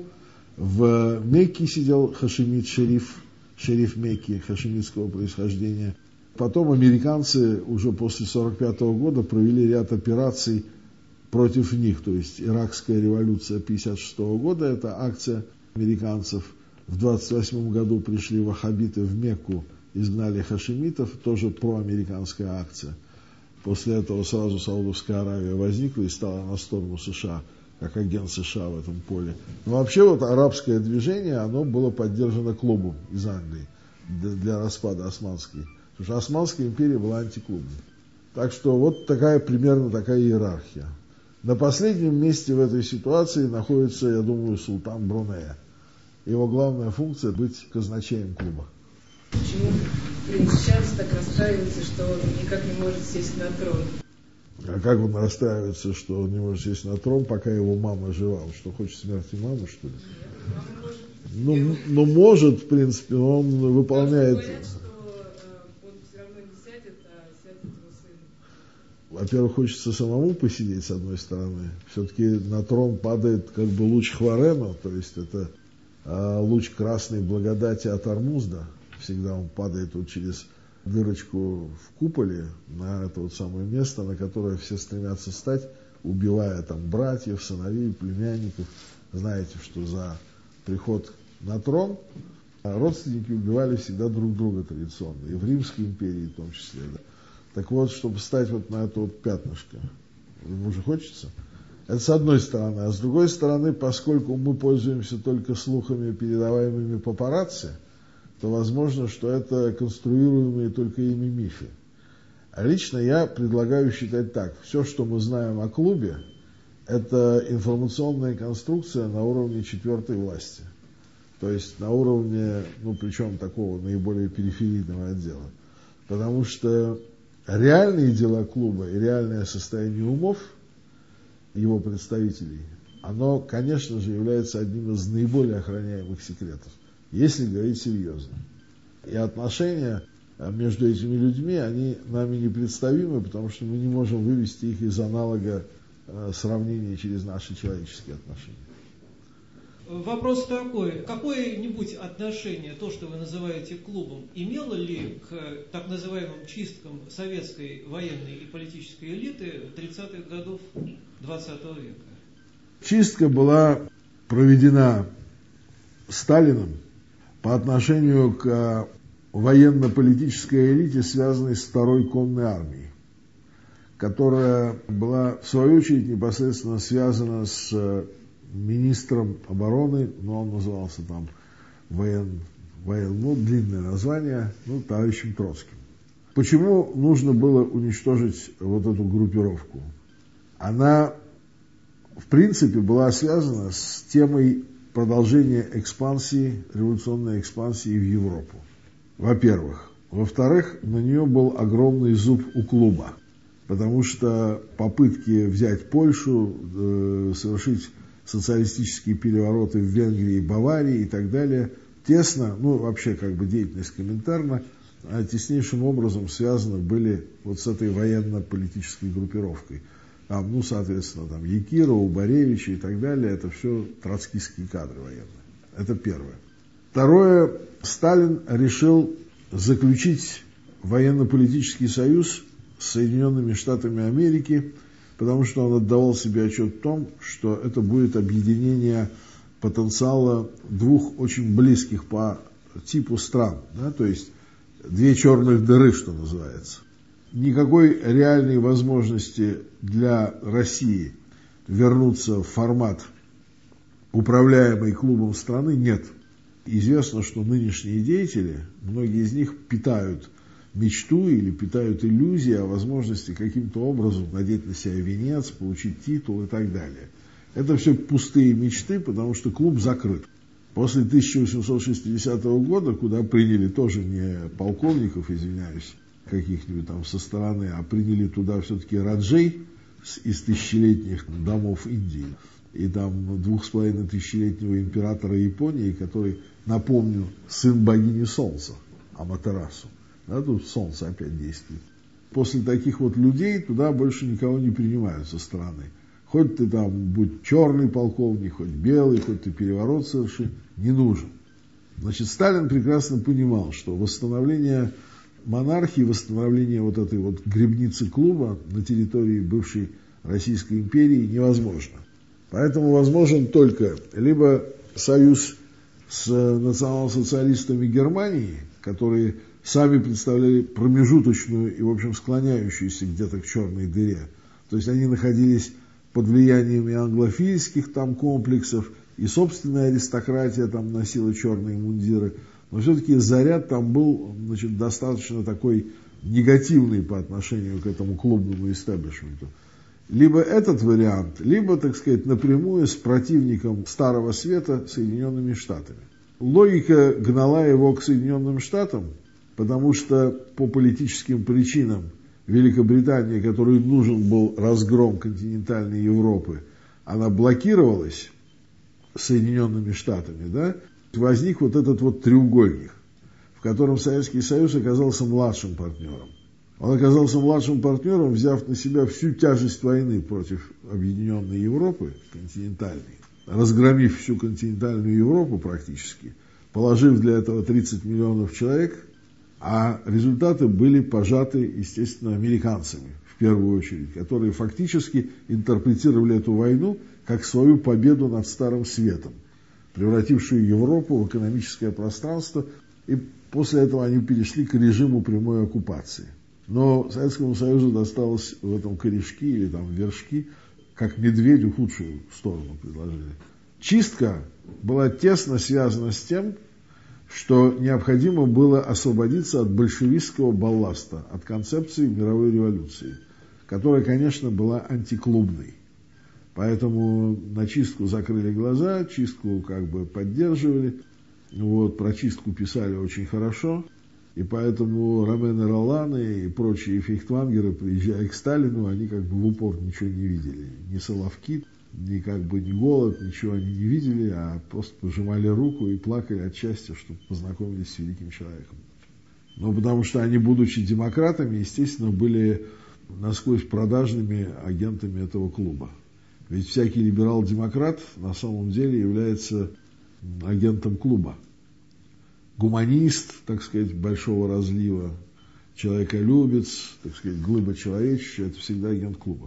В Мекке сидел хашемит шериф, шериф Мекки, хашемитского происхождения. Потом американцы уже после сорок пятого года провели ряд операций против них, то есть иракская революция пятьдесят шестого года, это акция американцев. В двадцать восьмом году пришли ваххабиты в Мекку, изгнали хашемитов, тоже проамериканская акция. После этого сразу Саудовская Аравия возникла и стала на сторону США, как агент США в этом поле. Но вообще вот арабское движение, оно было поддержано клубом из Англии для, для распада Османской. Потому что Османская империя была антиклубной. Так что вот такая примерно такая иерархия. На последнем месте в этой ситуации находится, я думаю, султан Брунея. Его главная функция — быть казначеем клуба. Почему принц Чарльз так расстраивается, что он никак не может сесть на трон? А как он расстраивается, что он не может сесть на трон, пока его мама жива? Он что, хочет смерти мамы, что ли? Ну, ну, может, в принципе, но он выполняет... Говорят, что он все равно не сядет, а сядет его сын. Во-первых, хочется самому посидеть, с одной стороны. Все-таки на трон падает как бы луч Хварена, то есть это а, луч красной благодати от Ормузда. Всегда он падает вот через дырочку в куполе на это вот самое место, на которое все стремятся стать, убивая там братьев, сыновей, племянников. Знаете, что за приход на трон родственники убивали всегда друг друга традиционно, и в Римской империи в том числе. Да. Так вот, чтобы встать вот на это вот пятнышко, ему же хочется. Это с одной стороны. А с другой стороны, поскольку мы пользуемся только слухами, передаваемыми папарацци, то возможно, что это конструируемые только ими мифы. А лично я предлагаю считать так. Все, что мы знаем о клубе, это информационная конструкция на уровне четвертой власти. То есть на уровне, ну причем такого наиболее периферийного отдела. Потому что реальные дела клуба и реальное состояние умов его представителей, оно, конечно же, является одним из наиболее охраняемых секретов, если говорить серьезно. И отношения между этими людьми, они нами непредставимы, потому что мы не можем вывести их из аналога э, сравнения через наши человеческие отношения. Вопрос такой, какое-нибудь отношение, то, что вы называете клубом, имело ли к так называемым чисткам советской военной и политической элиты тридцатых годов двадцатого века? Чистка была проведена Сталиным по отношению к военно-политической элите, связанной с второй конной армией, которая была, в свою очередь, непосредственно связана с министром обороны, но он назывался там воен, воен, ну, длинное название, ну, товарищем Троцким. Почему нужно было уничтожить вот эту группировку? Она, в принципе, была связана с темой продолжения экспансии, революционной экспансии в Европу. Во-первых. Во-вторых, на нее был огромный зуб у клуба, потому что попытки взять Польшу, э, совершить социалистические перевороты в Венгрии, Баварии и так далее, тесно, ну вообще как бы деятельность комментарна, а теснейшим образом связаны были вот с этой военно-политической группировкой. Там, ну, соответственно, там Якиров, Баревич и так далее, это все троцкистские кадры военные. Это первое. Второе, Сталин решил заключить военно-политический союз с Соединенными Штатами Америки, потому что он отдавал себе отчет в том, что это будет объединение потенциала двух очень близких по типу стран, да, то есть две черных дыры, что называется. Никакой реальной возможности для России вернуться в формат, управляемый клубом страны, нет. Известно, что нынешние деятели, многие из них питают мечту или питают иллюзии о возможности каким-то образом надеть на себя венец, получить титул и так далее. Это все пустые мечты, потому что клуб закрыт. После тысяча восемьсот шестидесятого года, куда приняли тоже не полковников, извиняюсь, каких-нибудь там со стороны, а приняли туда все-таки раджей из тысячелетних домов Индии и там двух с половиной тысячелетнего императора Японии, который, напомню, сын богини Солнца, Аматерасу. Да, тут Солнце опять действует. После таких вот людей туда больше никого не принимают со стороны. Хоть ты там будь черный полковник, хоть белый, хоть ты переворот соверши, не нужен. Значит, Сталин прекрасно понимал, что восстановление монархии, восстановление вот этой вот гребницы клуба на территории бывшей Российской империи невозможно. Поэтому возможен только либо союз с национал-социалистами Германии, которые сами представляли промежуточную и, в общем, склоняющуюся где-то к черной дыре. То есть они находились под влиянием и англофильских там комплексов, и собственная аристократия там носила черные мундиры. Но все-таки заряд там был, значит, достаточно такой негативный по отношению к этому клубному истеблишменту. Либо этот вариант, либо, так сказать, напрямую с противником Старого Света, Соединенными Штатами. Логика гнала его к Соединенным Штатам, потому что по политическим причинам Великобритания, которой нужен был разгром континентальной Европы, она блокировалась Соединенными Штатами, да? Возник вот этот вот треугольник, в котором Советский Союз оказался младшим партнером. Он оказался младшим партнером, взяв на себя всю тяжесть войны против объединенной Европы, континентальной, разгромив всю континентальную Европу практически, положив для этого тридцать миллионов человек, а результаты были пожаты, естественно, американцами, в первую очередь, которые фактически интерпретировали эту войну как свою победу над Старым Светом. превратившую Европу в экономическое пространство, и после этого они перешли к режиму прямой оккупации. Но Советскому Союзу досталось в этом корешки или там вершки, как медведю худшую сторону предложили. Чистка была тесно связана с тем, что необходимо было освободиться от большевистского балласта, от концепции мировой революции, которая, конечно, была антиклубной. Поэтому на чистку закрыли глаза, чистку как бы поддерживали, вот, про чистку писали очень хорошо, и поэтому Ромен и Роланы и прочие фейхтвангеры, приезжая к Сталину, они как бы в упор ничего не видели, ни Соловки, ни как бы ни голод, ничего они не видели, а просто пожимали руку и плакали от счастья, что познакомились с великим человеком. Ну, потому что они, будучи демократами, естественно, были насквозь продажными агентами этого клуба. Ведь всякий либерал-демократ на самом деле является агентом клуба. Гуманист, так сказать, большого разлива, человеколюбец, так сказать, глыба человечища, это всегда агент клуба.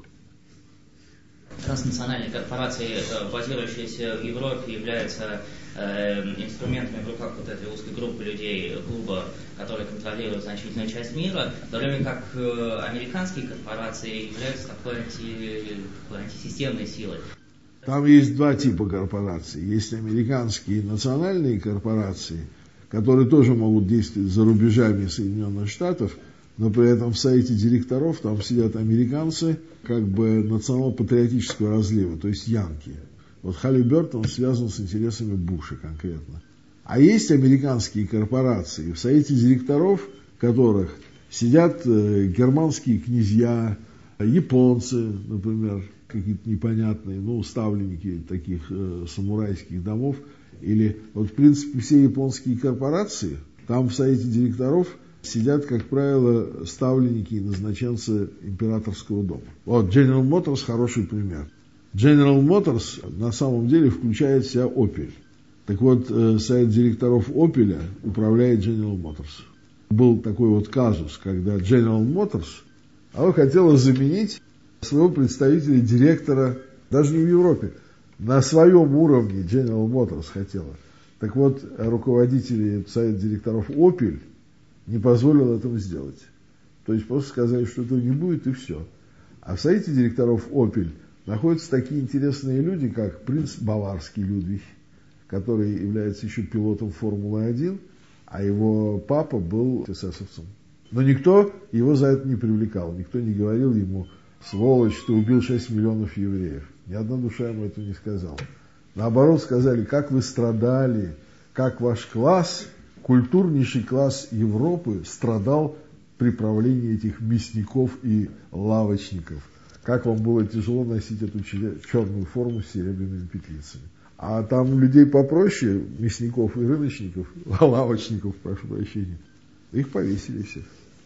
Транснациональные корпорации, базирующиеся в Европе, являются э, инструментами в руках вот этой узкой группы людей, клуба, которые контролируют значительную часть мира, в то время как э, американские корпорации являются такой, анти, такой антисистемной силой. Там есть два типа корпораций. Есть американские национальные корпорации, которые тоже могут действовать за рубежами Соединенных Штатов, но при этом в совете директоров там сидят американцы как бы национал-патриотического разлива, то есть янки. Вот Халлибертон связан с интересами Буша конкретно. А есть американские корпорации, в совете директоров которых сидят э, германские князья, японцы, например, какие-то непонятные, ну, ставленники таких э, самурайских домов. Или, вот, в принципе, все японские корпорации, там в совете директоров сидят, как правило, ставленники и назначенцы императорского дома. Вот General Motors хороший пример. General Motors на самом деле включает в себя Opel. Так вот, э, совет директоров Opel управляет General Motors. Был такой вот казус, когда General Motors она хотела заменить своего представителя директора, даже не в Европе, на своем уровне General Motors хотела. Так вот, руководители совета директоров Opel не позволил этому сделать. То есть просто сказали, что этого не будет, и все. А в совете директоров Opel находятся такие интересные люди, как принц Баварский Людвиг, который является еще пилотом Формулы один, а его папа был эсэсовцем. Но никто его за это не привлекал, никто не говорил ему: сволочь, ты убил шесть миллионов евреев. Ни одна душа ему этого не сказала. Наоборот, сказали: как вы страдали, как ваш класс, культурнейший класс Европы страдал при правлении этих мясников и лавочников. Как вам было тяжело носить эту черную форму с серебряными петлицами. А там людей попроще, мясников и рыночников, лавочников, прошу прощения, их повесили всех.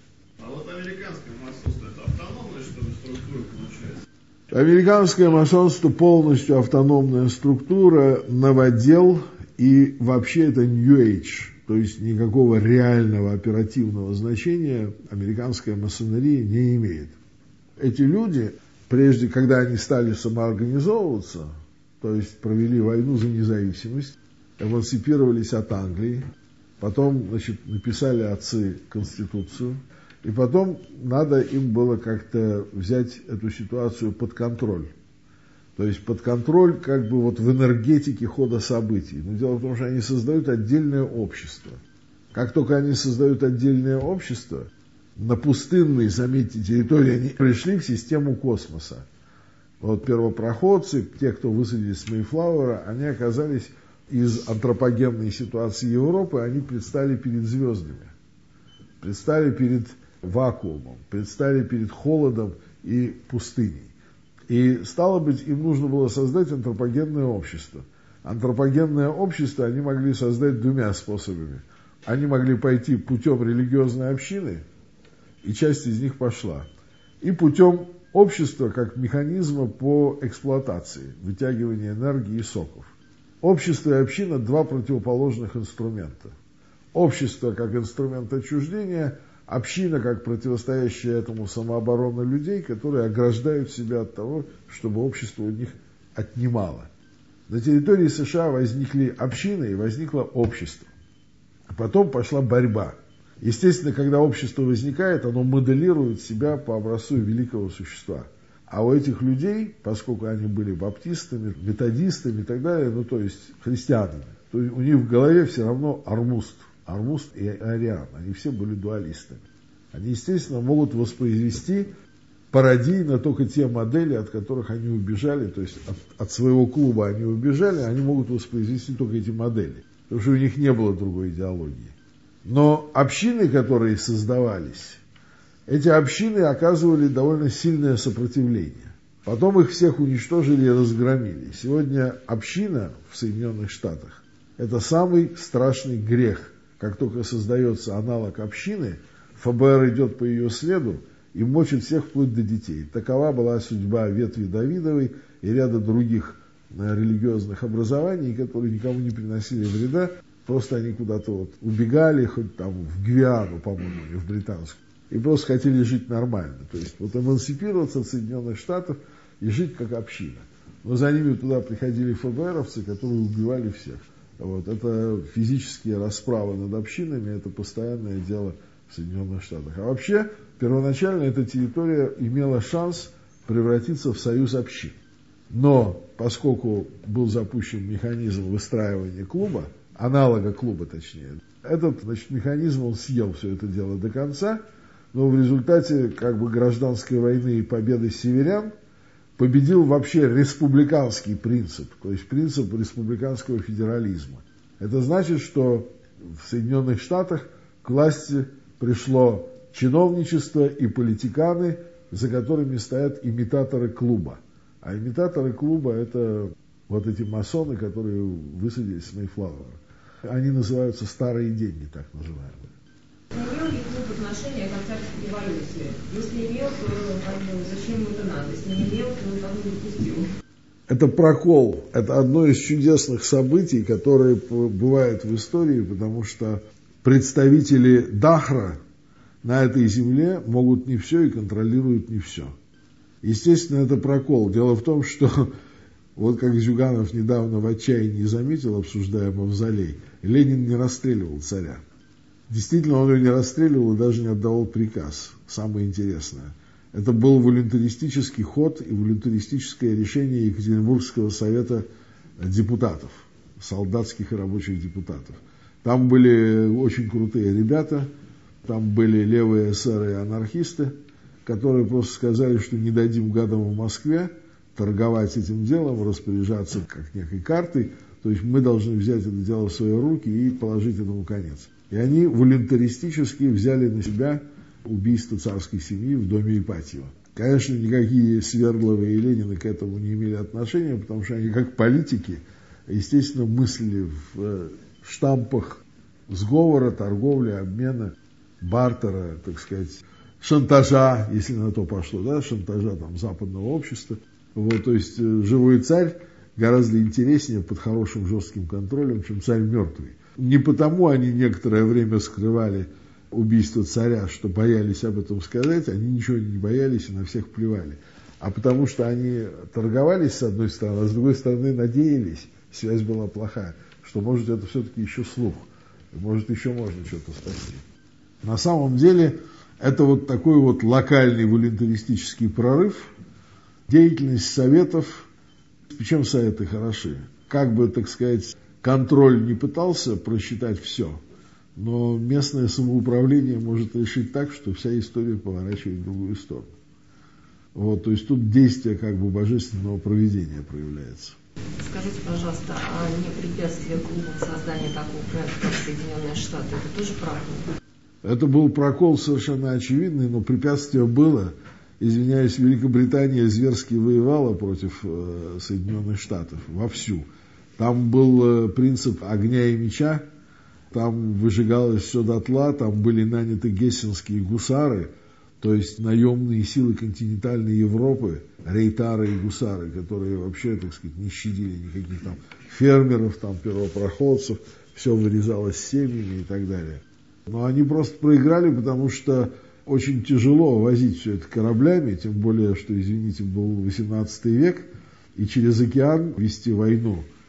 А вот американское масонство — это автономная, что ли, структура получается? Американское масонство полностью автономная структура, новодел, и вообще это New Age, то есть никакого реального оперативного значения американская масонерия не имеет. Эти люди, прежде, когда они стали самоорганизовываться, то есть провели войну за независимость, эмансипировались от Англии, потом, значит, написали отцы Конституцию, и потом надо им было как-то взять эту ситуацию под контроль. То есть под контроль как бы вот в энергетике хода событий. Но дело в том, что они создают отдельное общество. Как только они создают отдельное общество, на пустынной, заметьте, территории они пришли в систему космоса. Вот первопроходцы, те, кто высадились с Мейфлауэра, они оказались из антропогенной ситуации Европы, они предстали перед звездами, предстали перед вакуумом, предстали перед холодом и пустыней. И, стало быть, им нужно было создать антропогенное общество. Антропогенное общество они могли создать двумя способами. Они могли пойти путем религиозной общины, и часть из них пошла, и путем общества как механизма по эксплуатации, вытягивания энергии и соков. Общество и община – два противоположных инструмента. Общество как инструмент отчуждения, община как противостоящая этому самооборона людей, которые ограждают себя от того, чтобы общество у них отнимало. На территории США возникли общины и возникло общество. Потом пошла борьба. Естественно, когда общество возникает, оно моделирует себя по образцу великого существа. А у этих людей, поскольку они были баптистами, методистами и так далее, ну то есть христианами, то у них в голове все равно Ормуст. Ормуст и Ариан. Они все были дуалистами. Они, естественно, могут воспроизвести пародийно только те модели, от которых они убежали, то есть от, от своего клуба они убежали, они могут воспроизвести только эти модели, потому что у них не было другой идеологии. Но общины, которые создавались, эти общины оказывали довольно сильное сопротивление. Потом их всех уничтожили и разгромили. Сегодня община в Соединенных Штатах – это самый страшный грех. Как только создается аналог общины, ФБР идет по ее следу и мочит всех вплоть до детей. Такова была судьба ветви Давидовой и ряда других религиозных образований, которые никому не приносили вреда. Просто они куда-то вот убегали, хоть там в Гвиану, по-моему, или в Британскую, и просто хотели жить нормально. То есть вот эмансипироваться в Соединенных Штатах и жить как община. Но за ними туда приходили ФБРовцы, которые убивали всех. Вот. Это физические расправы над общинами, это постоянное дело в Соединенных Штатах. А вообще, первоначально эта территория имела шанс превратиться в союз общин. Но поскольку был запущен механизм выстраивания клуба, аналога клуба точнее, этот, значит, механизм, он съел все это дело до конца, но в результате как бы гражданской войны и победы северян победил вообще республиканский принцип, то есть принцип республиканского федерализма. Это значит, что в Соединенных Штатах к власти пришло чиновничество и политиканы, за которыми стоят имитаторы клуба. А имитаторы клуба – это вот эти масоны, которые высадились с Мейфлауэра. Они называются старые деньги, так называемые. Имел ли клуб отношение к октябрьской революции? Если имел, то как бы, зачем ему это надо? Если не имел, то он не допустил. Это прокол. Это одно из чудесных событий, которые бывают в истории, потому что представители Дахра на этой земле могут не все и контролируют не все. Естественно, это прокол. Дело в том, что вот как Зюганов недавно в отчаянии заметил, обсуждая Мавзолей, Ленин не расстреливал царя. Действительно, он его не расстреливал и даже не отдавал приказ. Самое интересное. Это был волюнтаристический ход и волюнтаристическое решение Екатеринбургского совета депутатов, солдатских и рабочих депутатов. Там были очень крутые ребята, там были левые эсеры и анархисты, которые просто сказали, что не дадим гадам в Москве торговать этим делом, распоряжаться как некой картой, то есть мы должны взять это дело в свои руки и положить этому конец. И они волюнтаристически взяли на себя убийство царской семьи в доме Ипатьева. Конечно, никакие Свердловы и Ленины к этому не имели отношения, потому что они как политики, естественно, мыслили в штампах сговора, торговли, обмена, бартера, так сказать, шантажа, если на то пошло, да, шантажа там западного общества. Вот, то есть живой царь гораздо интереснее под хорошим жестким контролем, чем царь мертвый. Не потому они некоторое время скрывали убийство царя, что боялись об этом сказать, они ничего не боялись и на всех плевали. А потому что они торговались с одной стороны, а с другой стороны надеялись, связь была плохая, что может это все-таки еще слух, может еще можно что-то спасти. На самом деле это вот такой вот локальный волюнтаристический прорыв, деятельность советов. Чем советы хороши? Как бы, так сказать, контроль не пытался просчитать все, но местное самоуправление может решить так, что вся история поворачивает в другую сторону. Вот, то есть тут действие как бы божественного провидения проявляется. Скажите, пожалуйста, а не препятствие клубам создания такого проекта, как Соединенные Штаты, это тоже прокол? Это был прокол совершенно очевидный, но препятствие было. Извиняюсь, Великобритания зверски воевала против э, Соединенных Штатов вовсю. Там был э, принцип огня и меча, там выжигалось все дотла, там были наняты гессенские гусары, то есть наемные силы континентальной Европы, рейтары и гусары, которые вообще, так сказать, не щадили никаких там фермеров, там первопроходцев, все вырезалось семьями и так далее. Но они просто проиграли, потому что очень тяжело возить все это кораблями, тем более, что, извините, был восемнадцатый век, и через океан вести войну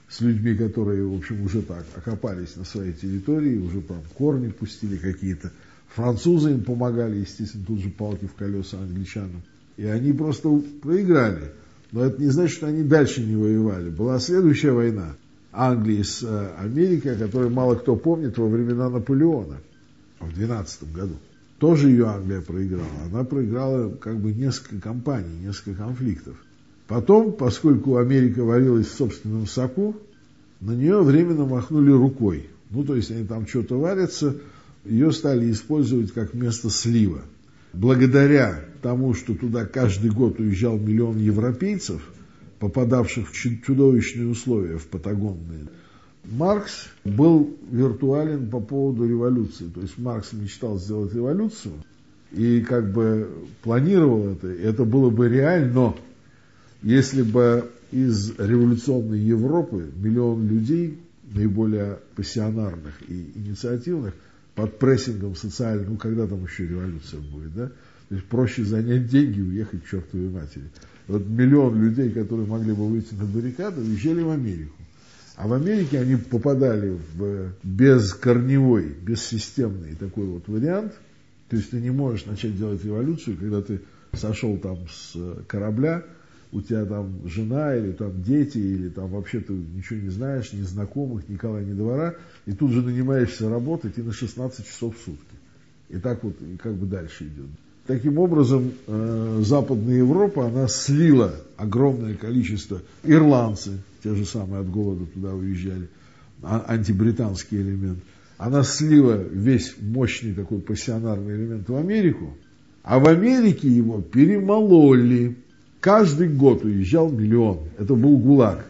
с людьми, которые, в общем, уже так окопались на своей территории, уже там корни пустили какие-то. Французы им помогали, естественно, тут же палки в колеса англичанам. И они просто проиграли. Но это не значит, что они дальше не воевали. Была следующая война Англии с Америкой, которую мало кто помнит, во времена Наполеона в двенадцатом году. Тоже ее Англия проиграла. Она проиграла как бы несколько кампаний, несколько конфликтов. Потом, поскольку Америка варилась в собственном соку, на нее временно махнули рукой. Ну, то есть они там что-то варятся, ее стали использовать как место слива. Благодаря тому, что туда каждый год уезжал миллион европейцев, попадавших в чудовищные условия, в патагонные, Маркс был виртуален по поводу революции. То есть Маркс мечтал сделать революцию и как бы планировал это. Это было бы реально, если бы из революционной Европы миллион людей, наиболее пассионарных и инициативных, под прессингом социальным, ну когда там еще революция будет, да? То есть проще занять деньги и уехать к чертовой матери. Вот миллион людей, которые могли бы выйти на баррикады, уезжали в Америку. А в Америке они попадали в бескорневой, бессистемный такой вот вариант. То есть ты не можешь начать делать революцию, когда ты сошел там с корабля, у тебя там жена или там дети, или там вообще ты ничего не знаешь, ни знакомых, ни кола, ни двора, и тут же нанимаешься работать и на шестнадцать часов в сутки. И так вот и как бы дальше идет. Таким образом, э, Западная Европа, она слила огромное количество, ирландцы, те же самые от голода туда уезжали, а, антибританский элемент, она слила весь мощный такой пассионарный элемент в Америку, а в Америке его перемололи. Каждый год уезжал миллион. Это был ГУЛАГ.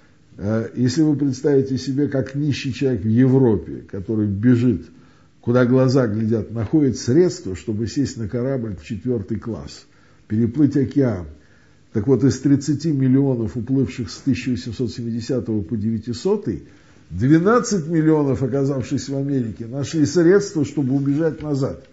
Если вы представите себе, как нищий человек в Европе, который бежит, куда глаза глядят, находит средства, чтобы сесть на корабль в четвертый класс, переплыть океан. Так вот, из тридцати миллионов уплывших с тысяча восемьсот семидесятого по девятисотый, двенадцать миллионов, оказавшись в Америке, нашли средства, чтобы убежать назад.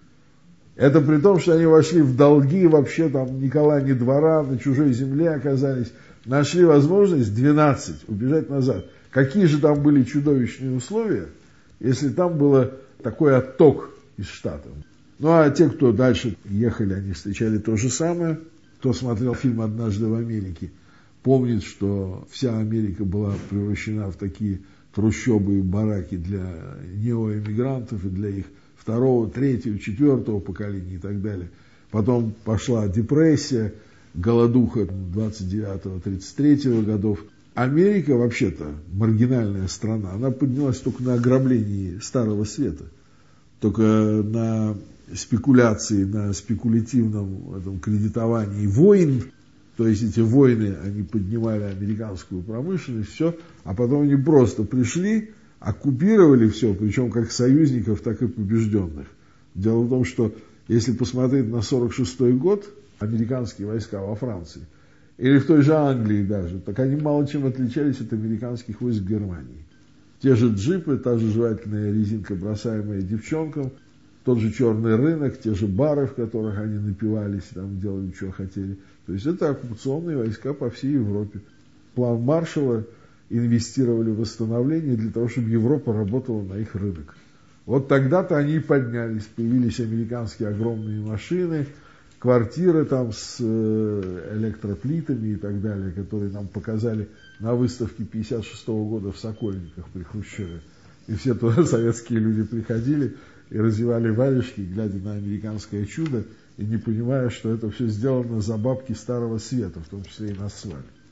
Это при том, что они вошли в долги, вообще там ни кола, ни двора, на чужой земле оказались. Нашли возможность двенадцать убежать назад. Какие же там были чудовищные условия, если там был такой отток из Штатов. Ну а те, кто дальше ехали, они встречали то же самое. Кто смотрел фильм «Однажды в Америке», помнит, что вся Америка была превращена в такие трущобы и бараки для неоэмигрантов и для их второго, третьего, четвертого поколения и так далее. Потом пошла депрессия, голодуха двадцать девятого — тридцать третьего годов. Америка, вообще-то, маргинальная страна, она поднялась только на ограблении Старого Света, только на спекуляции, на спекулятивном этом кредитовании войн. То есть эти войны, они поднимали американскую промышленность, все, а потом они просто пришли, оккупировали все, причем как союзников, так и побежденных. Дело в том, что если посмотреть на сорок шестой год, американские войска во Франции, или в той же Англии даже, так они мало чем отличались от американских войск в Германии. Те же джипы, та же жевательная резинка, бросаемая девчонкам, тот же черный рынок, те же бары, в которых они напивались, там делали, что хотели. То есть это оккупационные войска по всей Европе. План Маршалла инвестировали в восстановление для того, чтобы Европа работала на их рынок. Вот тогда-то они и поднялись, появились американские огромные машины, квартиры там с электроплитами и так далее, которые нам показали на выставке пятьдесят шестого года в Сокольниках при Хрущеве. И все туда советские люди приходили и разевали варежки, глядя на американское чудо, и не понимая, что это все сделано за бабки Старого Света, в том числе и на асфальт.